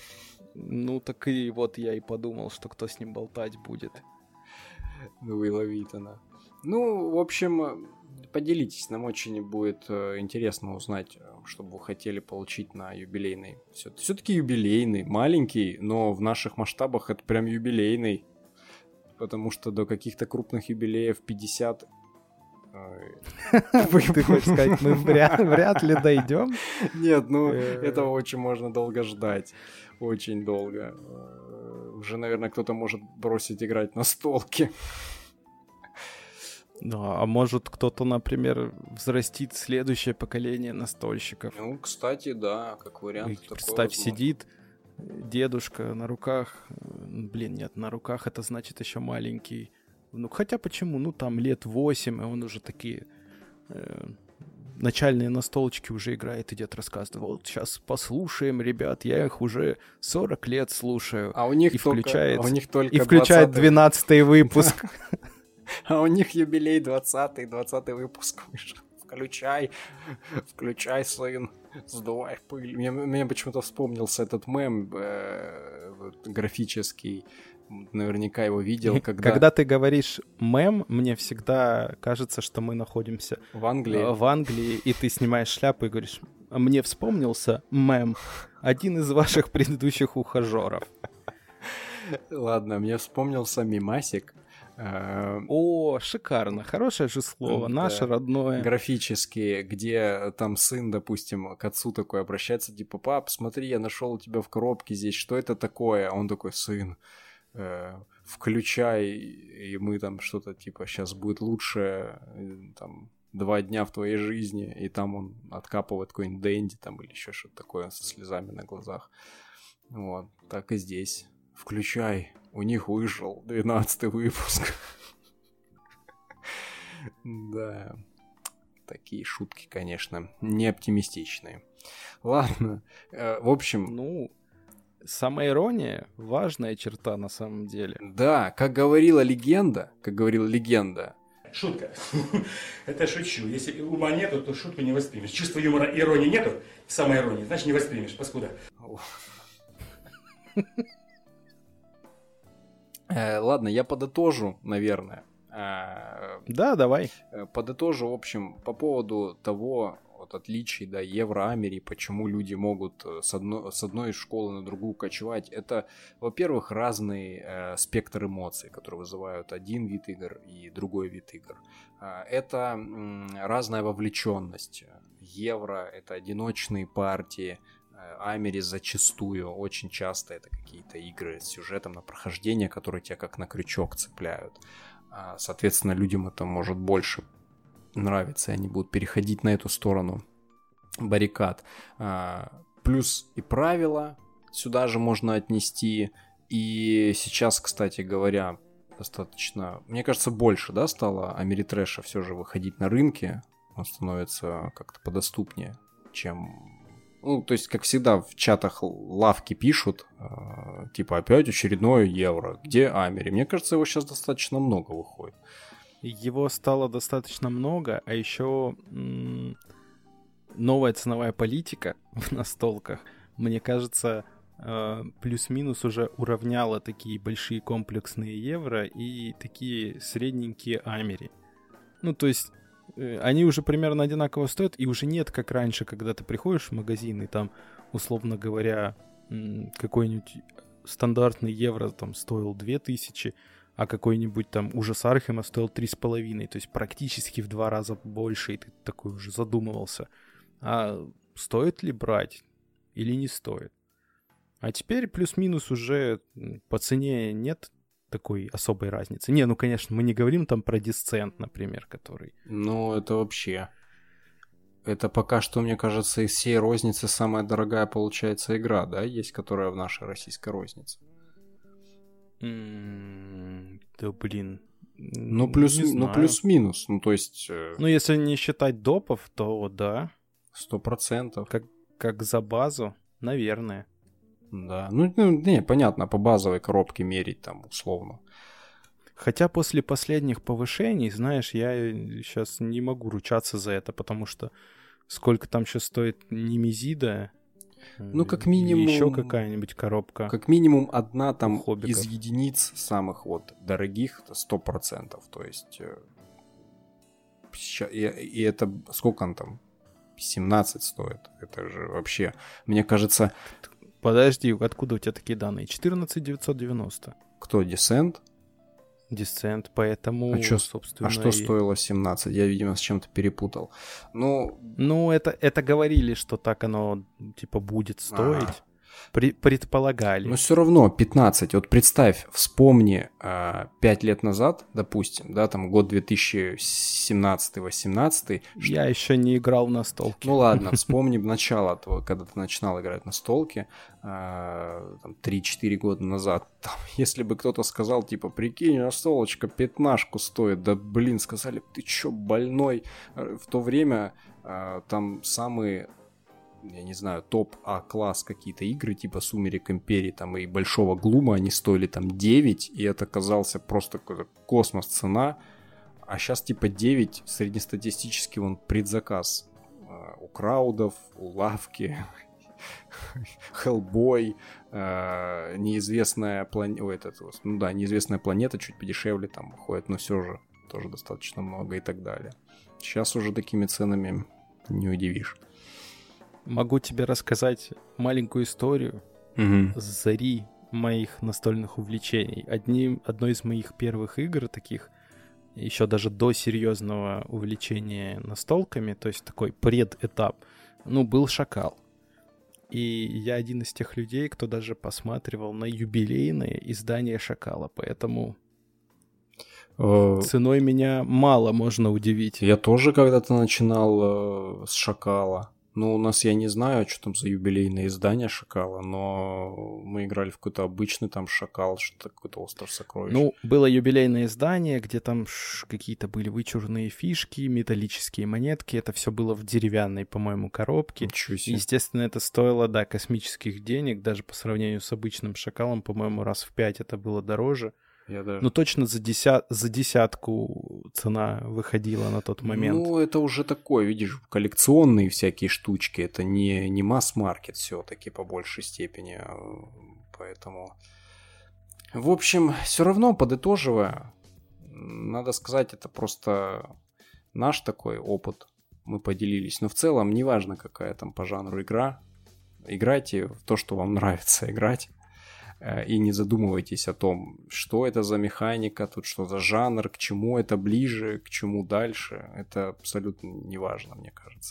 Ну так и вот я и подумал, что кто с ним болтать будет. Уилла Уитона. Ну, в общем, поделитесь, нам очень будет э, интересно узнать, что бы вы хотели получить на юбилейный. Все- Все-таки юбилейный, маленький, но в наших масштабах это прям юбилейный. Потому что до каких-то крупных юбилеев пятьдесят... э, Ты хочешь сказать, мы вряд, вряд ли дойдем? Нет, ну, Э. этого очень можно долго ждать. Очень долго. Э, Уже, наверное, кто-то может бросить играть на столке. Ну, а может кто-то, например, взрастит следующее поколение настольщиков. Ну, кстати, да, как вариант. И такое представь, возможно. сидит дедушка на руках. э, Блин, нет, на руках это значит еще маленький. Ну, хотя почему? Ну, там лет восемь, и он уже такие э, начальные настолочки уже играет, идет рассказывает. Вот сейчас послушаем, ребят, я их уже сорок лет слушаю. А у них И только, включает, а у них только и включает двадцатый двенадцатый выпуск. А у них юбилей двадцатый, двадцатый выпуск вышел. Включай, включай, сын, сдувай пыль. Мне, мне почему-то вспомнился этот мем э, вот, графический. Наверняка его видел, когда, Когда ты говоришь мем, мне всегда кажется, что мы находимся в Англии. э, в Англии, и ты снимаешь шляпу и говоришь: мне вспомнился мем, один из ваших предыдущих ухажеров. Ладно, мне вспомнился мимасик. э, О, шикарно, хорошее же слово, Да. наше родное. Графические, где там сын, допустим, к отцу такой обращается, типа: пап, смотри, я нашел у тебя в коробке здесь, что это такое? А он такой: сын, э, включай, и мы там что-то типа сейчас будет лучше, там, два дня в твоей жизни, и там он откапывает какой-нибудь Дэнди там или еще что-то такое со слезами на глазах. Вот, так и здесь. Включай, у них вышел двенадцатый выпуск. Да, такие шутки, конечно, не оптимистичные. Ладно, в общем... Ну, самоирония — важная черта на самом деле. Да, как говорила легенда, как говорила легенда. Шутка. Это шучу. Если ума нету, то шутку не воспримешь. Чувства юмора, иронии нету, самоиронии, значит не воспримешь, паскуда. Ладно, я подытожу, наверное. Да, давай. Подытожу, в общем, по поводу того, вот отличий, да, евро-амери, почему люди могут с, одно, с одной школы на другую кочевать. Это, во-первых, разный э, спектр эмоций, которые вызывают один вид игр и другой вид игр. Э, это м, разная вовлеченность. Евро — это одиночные партии, Амери зачастую, очень часто это какие-то игры с сюжетом на прохождение, которые тебя как на крючок цепляют. Соответственно, людям это может больше нравиться, и они будут переходить на эту сторону баррикад. Плюс и правила сюда же можно отнести. И сейчас, кстати говоря, достаточно, мне кажется, больше, да, стало америтрэша все же выходить на рынке. Он становится как-то подоступнее, чем... Ну, то есть, как всегда, в чатах лавки пишут, э, типа, опять очередное евро. Где Амери? Мне кажется, его сейчас достаточно много выходит. Его стало достаточно много, а еще м- новая ценовая политика в настолках, мне кажется, э, плюс-минус уже уравняла такие большие комплексные евро и такие средненькие Амери. Ну, то есть... Они уже примерно одинаково стоят, и уже нет, как раньше, когда ты приходишь в магазин, и там, условно говоря, какой-нибудь стандартный евро там стоил две тысячи, а какой-нибудь там ужас Архема стоил три с половиной, то есть практически в два раза больше, и ты такой уже задумывался, а стоит ли брать или не стоит. А теперь плюс-минус уже по цене нет такой особой разницы. Не, ну, конечно, мы не говорим там про Дисцент, например, который... Ну, это вообще... Это пока что, мне кажется, из всей розницы самая дорогая получается игра, да, есть, которая в нашей российской рознице. Mm, да, блин. Ну, плюс, ну, плюс-минус. Ну, то есть... Ну, если не считать допов, то да. Сто процентов. Как, как за базу, наверное. Да, ну, ну, не, понятно, по базовой коробке мерить там условно. Хотя после последних повышений, знаешь, я сейчас не могу ручаться за это, потому что сколько там сейчас стоит Немезида, ну, как минимум... еще какая-нибудь коробка. Как минимум одна там из единиц самых вот дорогих, сто процентов, то есть... И, и это... Сколько он там? семнадцать стоит. Это же вообще... Мне кажется... Подожди, откуда у тебя такие данные? четырнадцать девятьсот девяносто. Кто, Descent? Descent, поэтому, а чё, собственно... А что и... стоило семнадцать? Я, видимо, с чем-то перепутал. Ну, ну это, это говорили, что так оно, типа, будет стоить. А-а-а. При, предполагали. Но все равно пятнадцать. Вот представь, вспомни э, пять лет назад, допустим, да, там год две тысячи семнадцатый-восемнадцатый. Я что... еще не играл в настолки. Ну ладно, вспомни начало, когда ты начинал играть в настолки, э, там, три-четыре года назад. Там, если бы кто-то сказал, типа, прикинь, настолочка пятнашку стоит, да блин, сказали, ты чё, больной? В то время э, там самые... я не знаю, топ-А-класс какие-то игры, типа Сумерек Империи там и Большого Глума, они стоили там девять, и это казался просто какой-то космос цена, а сейчас типа девять, среднестатистически вон предзаказ э, у краудов, у лавки, Hellboy, э, неизвестная планета, ну да, неизвестная планета чуть подешевле там выходит, но все же тоже достаточно много и так далее. Сейчас уже такими ценами не удивишь. Могу тебе рассказать маленькую историю угу. с зари моих настольных увлечений. Одним, одной из моих первых игр таких, еще даже до серьезного увлечения настолками, то есть такой предэтап, ну, был «Шакал». И я один из тех людей, кто даже посматривал на юбилейное издание «Шакала», поэтому э... ценой меня мало можно удивить. Я тоже когда-то начинал э, с «Шакала». Ну, у нас, я не знаю, что там за юбилейное издание «Шакала», но мы играли в какой-то обычный там «Шакал», что-то какой-то «Остров сокровищ». Ну, было юбилейное издание, где там какие-то были вычурные фишки, металлические монетки. Это все было в деревянной, по-моему, коробке. Ничего себе. Естественно, это стоило, да, космических денег. Даже по сравнению с обычным «Шакалом», по-моему, раз в пять это было дороже. Я даже... Ну, точно за, деся... за десятку цена выходила на тот момент. Ну, это уже такое, видишь, коллекционные всякие штучки. Это не, не масс-маркет все-таки по большей степени. Поэтому... В общем, все равно, подытоживая, надо сказать, это просто наш такой опыт. Мы поделились. Но в целом, неважно, какая там по жанру игра. Играйте в то, что вам нравится играть. И не задумывайтесь о том, что это за механика, тут что за жанр, к чему это ближе, к чему дальше. Это абсолютно не важно, мне кажется.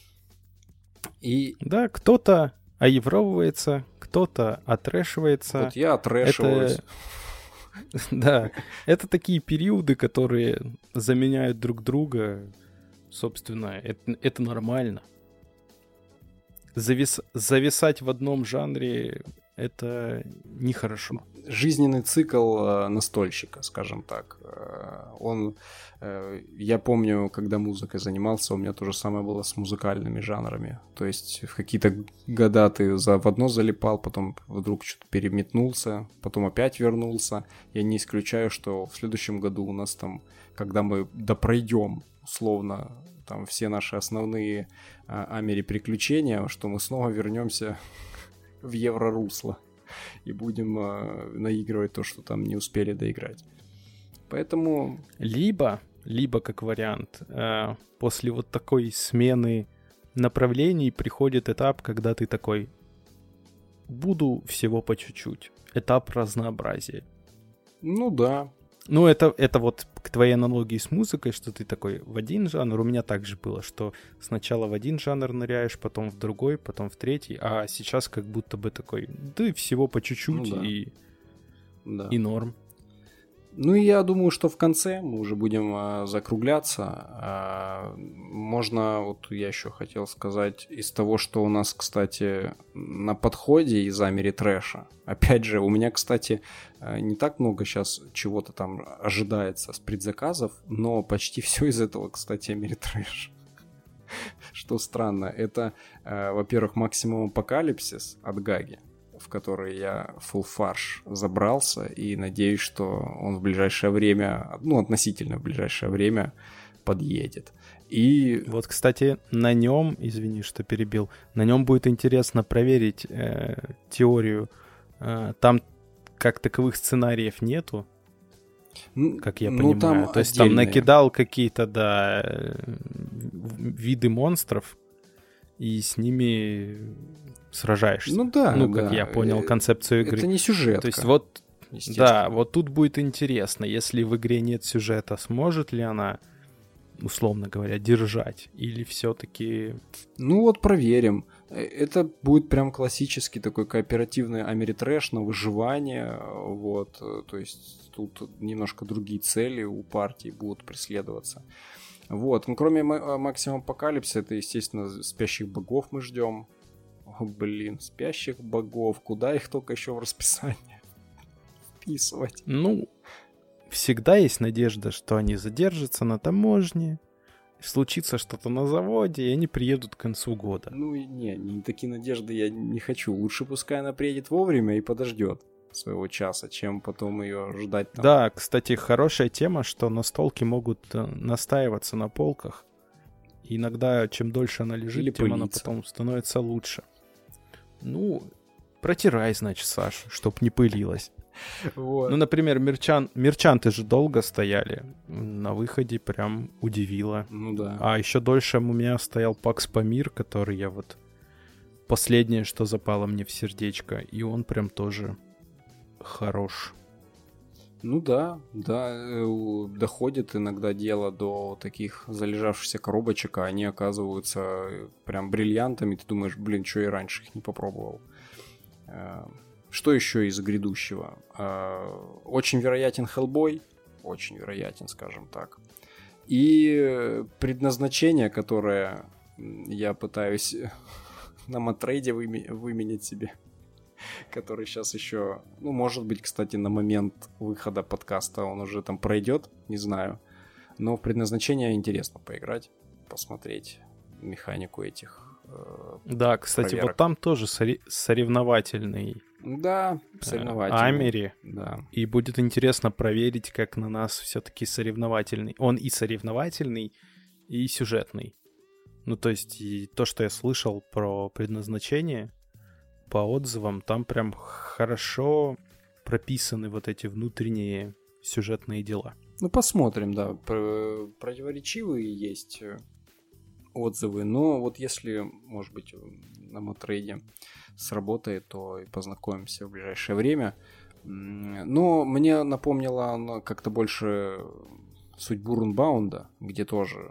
И... Да, кто-то оевровывается, кто-то отрэшивается. Вот я отрэшиваюсь. Это... Да, это такие периоды, которые заменяют друг друга. Собственно, это, это нормально. Завис... Зависать в одном жанре... Это нехорошо. Жизненный цикл настольщика, скажем так. Он, я помню, когда музыкой занимался, у меня то же самое было с музыкальными жанрами. То есть в какие-то года ты в одно залипал, потом вдруг что-то переметнулся, потом опять вернулся. Я не исключаю, что в следующем году у нас там, когда мы допройдем условно там все наши основные амери приключения, что мы снова вернемся в еврорусло и будем э, наигрывать то, что там не успели доиграть. Поэтому... Либо, либо как вариант, э, после вот такой смены направлений приходит этап, когда ты такой: буду всего по чуть-чуть. Этап разнообразия. Ну да. Ну, это, это вот к твоей аналогии с музыкой, что ты такой в один жанр. У меня также было, что сначала в один жанр ныряешь, потом в другой, потом в третий, а сейчас как будто бы такой, да всего по чуть-чуть, ну, да. и, да. и норм. Ну и я думаю, что в конце мы уже будем а, закругляться. А, можно, вот я еще хотел сказать, из того, что у нас, кстати, на подходе из Амери Трэша. Опять же, у меня, кстати, не так много сейчас чего-то там ожидается с предзаказов, но почти все из этого, кстати, Амери Трэш. Что странно, это, а, во-первых, Maximum Apocalypse от Гаги, в который я full фарш забрался, и надеюсь, что он в ближайшее время, ну, относительно в ближайшее время подъедет. И... Вот, кстати, на нем, извини, что перебил, на нем будет интересно проверить э, теорию. Э, там как таковых сценариев нету, как я ну, понимаю. там То есть отдельные. там накидал какие-то, да, виды монстров, и с ними сражаешься. Ну да, Ну, как да. я понял концепцию игры. Это не сюжетка. То есть вот, да, вот тут будет интересно, если в игре нет сюжета, сможет ли она, условно говоря, держать, или все-таки... Ну вот проверим. Это будет прям классический такой кооперативный Америтрэш на выживание, вот, то есть тут немножко другие цели у партии будут преследоваться. Вот, ну кроме Maximum Apocalypse, это, естественно, спящих богов мы ждем. О, блин, спящих богов, куда их только еще в расписание вписывать? Ну, всегда есть надежда, что они задержатся на таможне, случится что-то на заводе, и они приедут к концу года. Ну, не, не такие надежды я не хочу. Лучше пускай она приедет вовремя и подождет своего часа, чем потом ее ждать там. Да, кстати, хорошая тема, что настолки могут настаиваться на полках. И иногда, чем дольше она лежит, Или тем пылиться. она потом становится лучше. Ну, протирай, значит, Саш, чтоб не пылилась. Вот. Ну, например, мерчан... мерчанты же долго стояли. На выходе прям удивило. Ну да. А еще дольше у меня стоял Пакс Памир, который я вот... Последнее, что запало мне в сердечко. И он прям тоже хорош. Ну да, да, э, доходит иногда дело до таких залежавшихся коробочек, а они оказываются прям бриллиантами. Ты думаешь, блин, что я раньше их не попробовал. Э, Что еще из грядущего? Э, Очень вероятен Hellboy, очень вероятен, скажем так. И предназначение, которое я пытаюсь на Матрейде выме- выменять себе, который сейчас еще, ну, может быть, кстати, на момент выхода подкаста он уже там пройдет, не знаю. Но в предназначение интересно поиграть, посмотреть механику этих э, Да, кстати, проверок. вот там тоже сори- соревновательный Да, э, соревновательный. Амери. Да. И будет интересно проверить, как на нас все-таки соревновательный. Он и соревновательный, и сюжетный. Ну, то есть, и то, что я слышал про предназначение, по отзывам, там прям хорошо прописаны вот эти внутренние сюжетные дела. Ну, посмотрим, да. Про- противоречивые есть э, отзывы, но вот если, может быть, на Матрейде сработает, то и познакомимся в ближайшее время. М, Но мне напомнила она как-то больше судьбу Рунбаунда, где тоже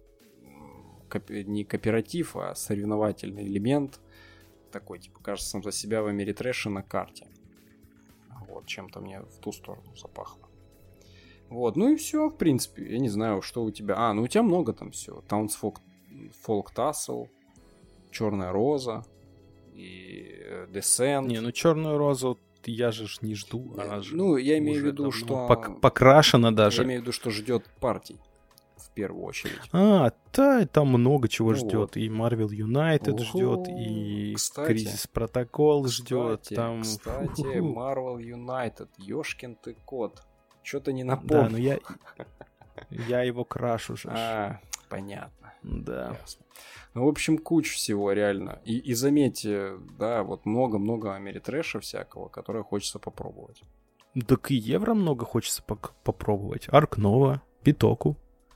м, кооп- не кооператив, а соревновательный элемент. Такой, типа, кажется, сам за себя в мире трэша на карте. Вот, чем-то мне в ту сторону запахло. Вот, ну и все, в принципе. Я не знаю, что у тебя. А, ну у тебя много там всего. Townsfolk Folk Tassel, Черная Роза и э, Descent. Не, ну Черную Розу я же ж не жду. Она же Ну, я имею в уже виду, давно что... пок- покрашена даже. Я имею в виду, что ждет партий. В первую очередь. А, да, там много чего Ну ждет. вот. И Marvel United Ого, ждет, и кстати, Кризис Протокол ждет. Кстати, Там... кстати, фу-ху. Marvel United, ёшкин ты кот. Что-то не напомнил. Да, ну я... Я его крашу же. А, понятно. Да. Ясно. Ну, в общем, куча всего, реально. И, и заметьте, да, вот много-много америтрэша всякого, которое хочется попробовать. Так и евро много хочется пок- попробовать. Арк Нова, Питоку.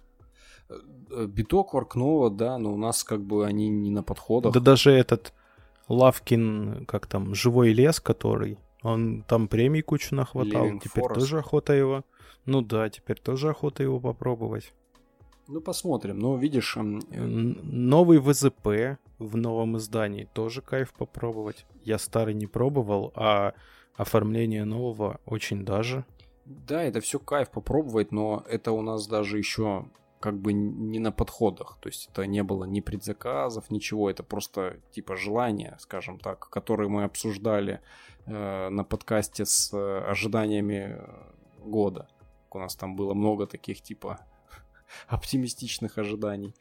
Биток, Аркнова, да, но у нас как бы они не на подходах. Да даже этот Лавкин, как там, Живой лес, который, он там премий кучу нахватал. Living Теперь Forest. тоже охота его. Ну да, теперь тоже охота его попробовать. Ну, посмотрим. Ну, видишь... эм, э, Н- Новый ВЗП в новом издании тоже кайф попробовать. Я старый не пробовал, а оформление нового очень даже. Да, это все кайф попробовать, но это у нас даже еще как бы не на подходах. То есть это не было ни предзаказов, ничего. Это просто типа желания, скажем так, которые мы обсуждали э, на подкасте с э, ожиданиями э, года. У нас там было много таких типа оптимистичных ожиданий.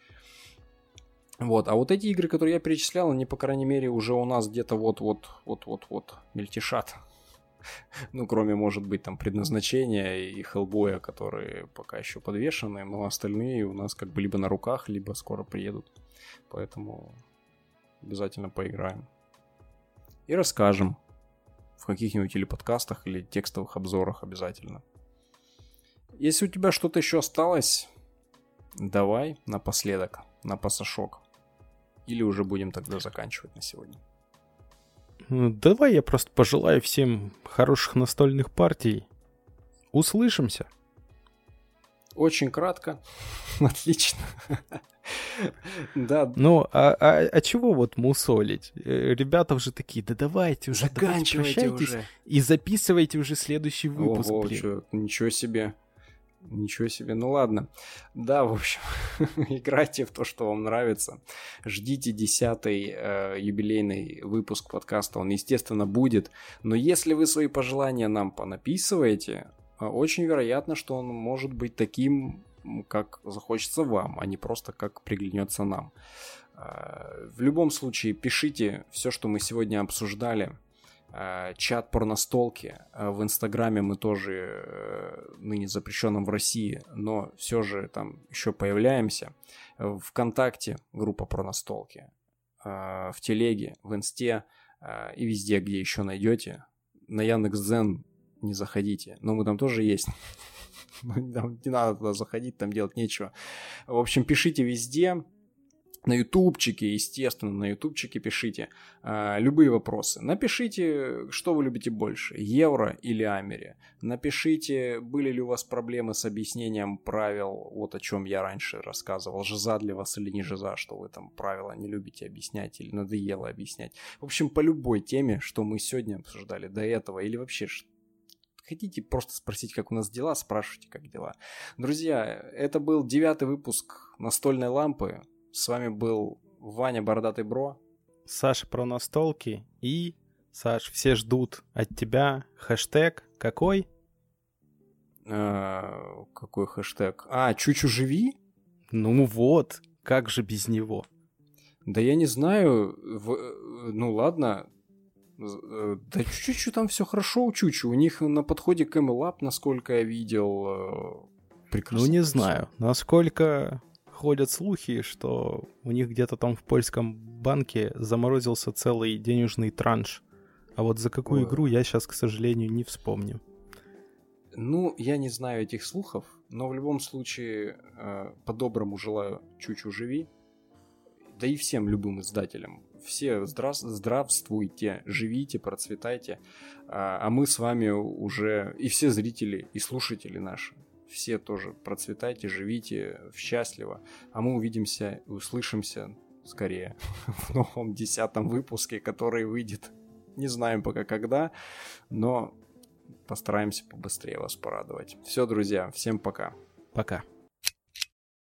Вот, а вот эти игры, которые я перечислял, они, по крайней мере, уже у нас где-то вот-вот-вот-вот-вот мельтешат. Ну, кроме, может быть, там предназначения и Хеллбоя, которые пока еще подвешены, но остальные у нас как бы либо на руках, либо скоро приедут. Поэтому обязательно поиграем. И расскажем в каких-нибудь или подкастах, или текстовых обзорах обязательно. Если у тебя что-то еще осталось, давай напоследок, на пасашок. Или уже будем тогда заканчивать на сегодня. Ну, давай я просто пожелаю всем хороших настольных партий. Услышимся. Очень кратко. Отлично. Да. Ну, а, а, а чего вот мусолить? Э, Ребята уже такие, да давайте уже, давайте Заканчивайте прощайтесь уже. и записывайте уже следующий выпуск, Ого, блин. чё, ничего себе. Ничего себе, ну ладно. Да, в общем, играйте в то, что вам нравится. Ждите десятый э, юбилейный выпуск подкаста, он, естественно, будет. Но если вы свои пожелания нам понаписываете, э, очень вероятно, что он может быть таким, как захочется вам, а не просто как приглянется нам. Э, в любом случае, пишите все, что мы сегодня обсуждали. Чат про настолки. В Инстаграме мы тоже ныне запрещенном в России, но все же там еще появляемся. ВКонтакте группа про настолки. В Телеге, в Инсте и везде, где еще найдете. На Яндекс.Дзен не заходите, но мы там тоже есть. Там не надо туда заходить, там делать нечего. В общем, пишите везде. На ютубчике, естественно, на ютубчике пишите э, любые вопросы. Напишите, что вы любите больше, евро или амери. Напишите, были ли у вас проблемы с объяснением правил, вот о чем я раньше рассказывал. Жиза для вас или не жиза, что вы там правила не любите объяснять или надоело объяснять. В общем, по любой теме, что мы сегодня обсуждали до этого, или вообще хотите просто спросить, как у нас дела, спрашивайте, как дела. Друзья, это был девятый выпуск «Настольной лампы». С вами был Ваня Бородатый Бро, Саша про настолки и, Саш, все ждут от тебя хэштег какой? А, какой хэштег? А, Чучу живи? Ну вот, как же без него? Да я не знаю, в... ну ладно, да Чучу там все хорошо у Чучу, у них на подходе к эм эл эй, насколько я видел, прекрасно. Ну не знаю, насколько... Ходят слухи, что у них где-то там в польском банке заморозился целый денежный транш. А вот за какую Ой. игру я сейчас, к сожалению, не вспомню. Ну, я не знаю этих слухов, но в любом случае э, по-доброму желаю Чучу живи. Да и всем любым издателям. Все здрав... здравствуйте, живите, процветайте. А, а мы с вами уже, и все зрители, и слушатели наши, все тоже процветайте, живите счастливо. А мы увидимся и услышимся скорее в новом десятом выпуске, который выйдет. Не знаем пока когда, но постараемся побыстрее вас порадовать. Все, друзья, всем пока. Пока.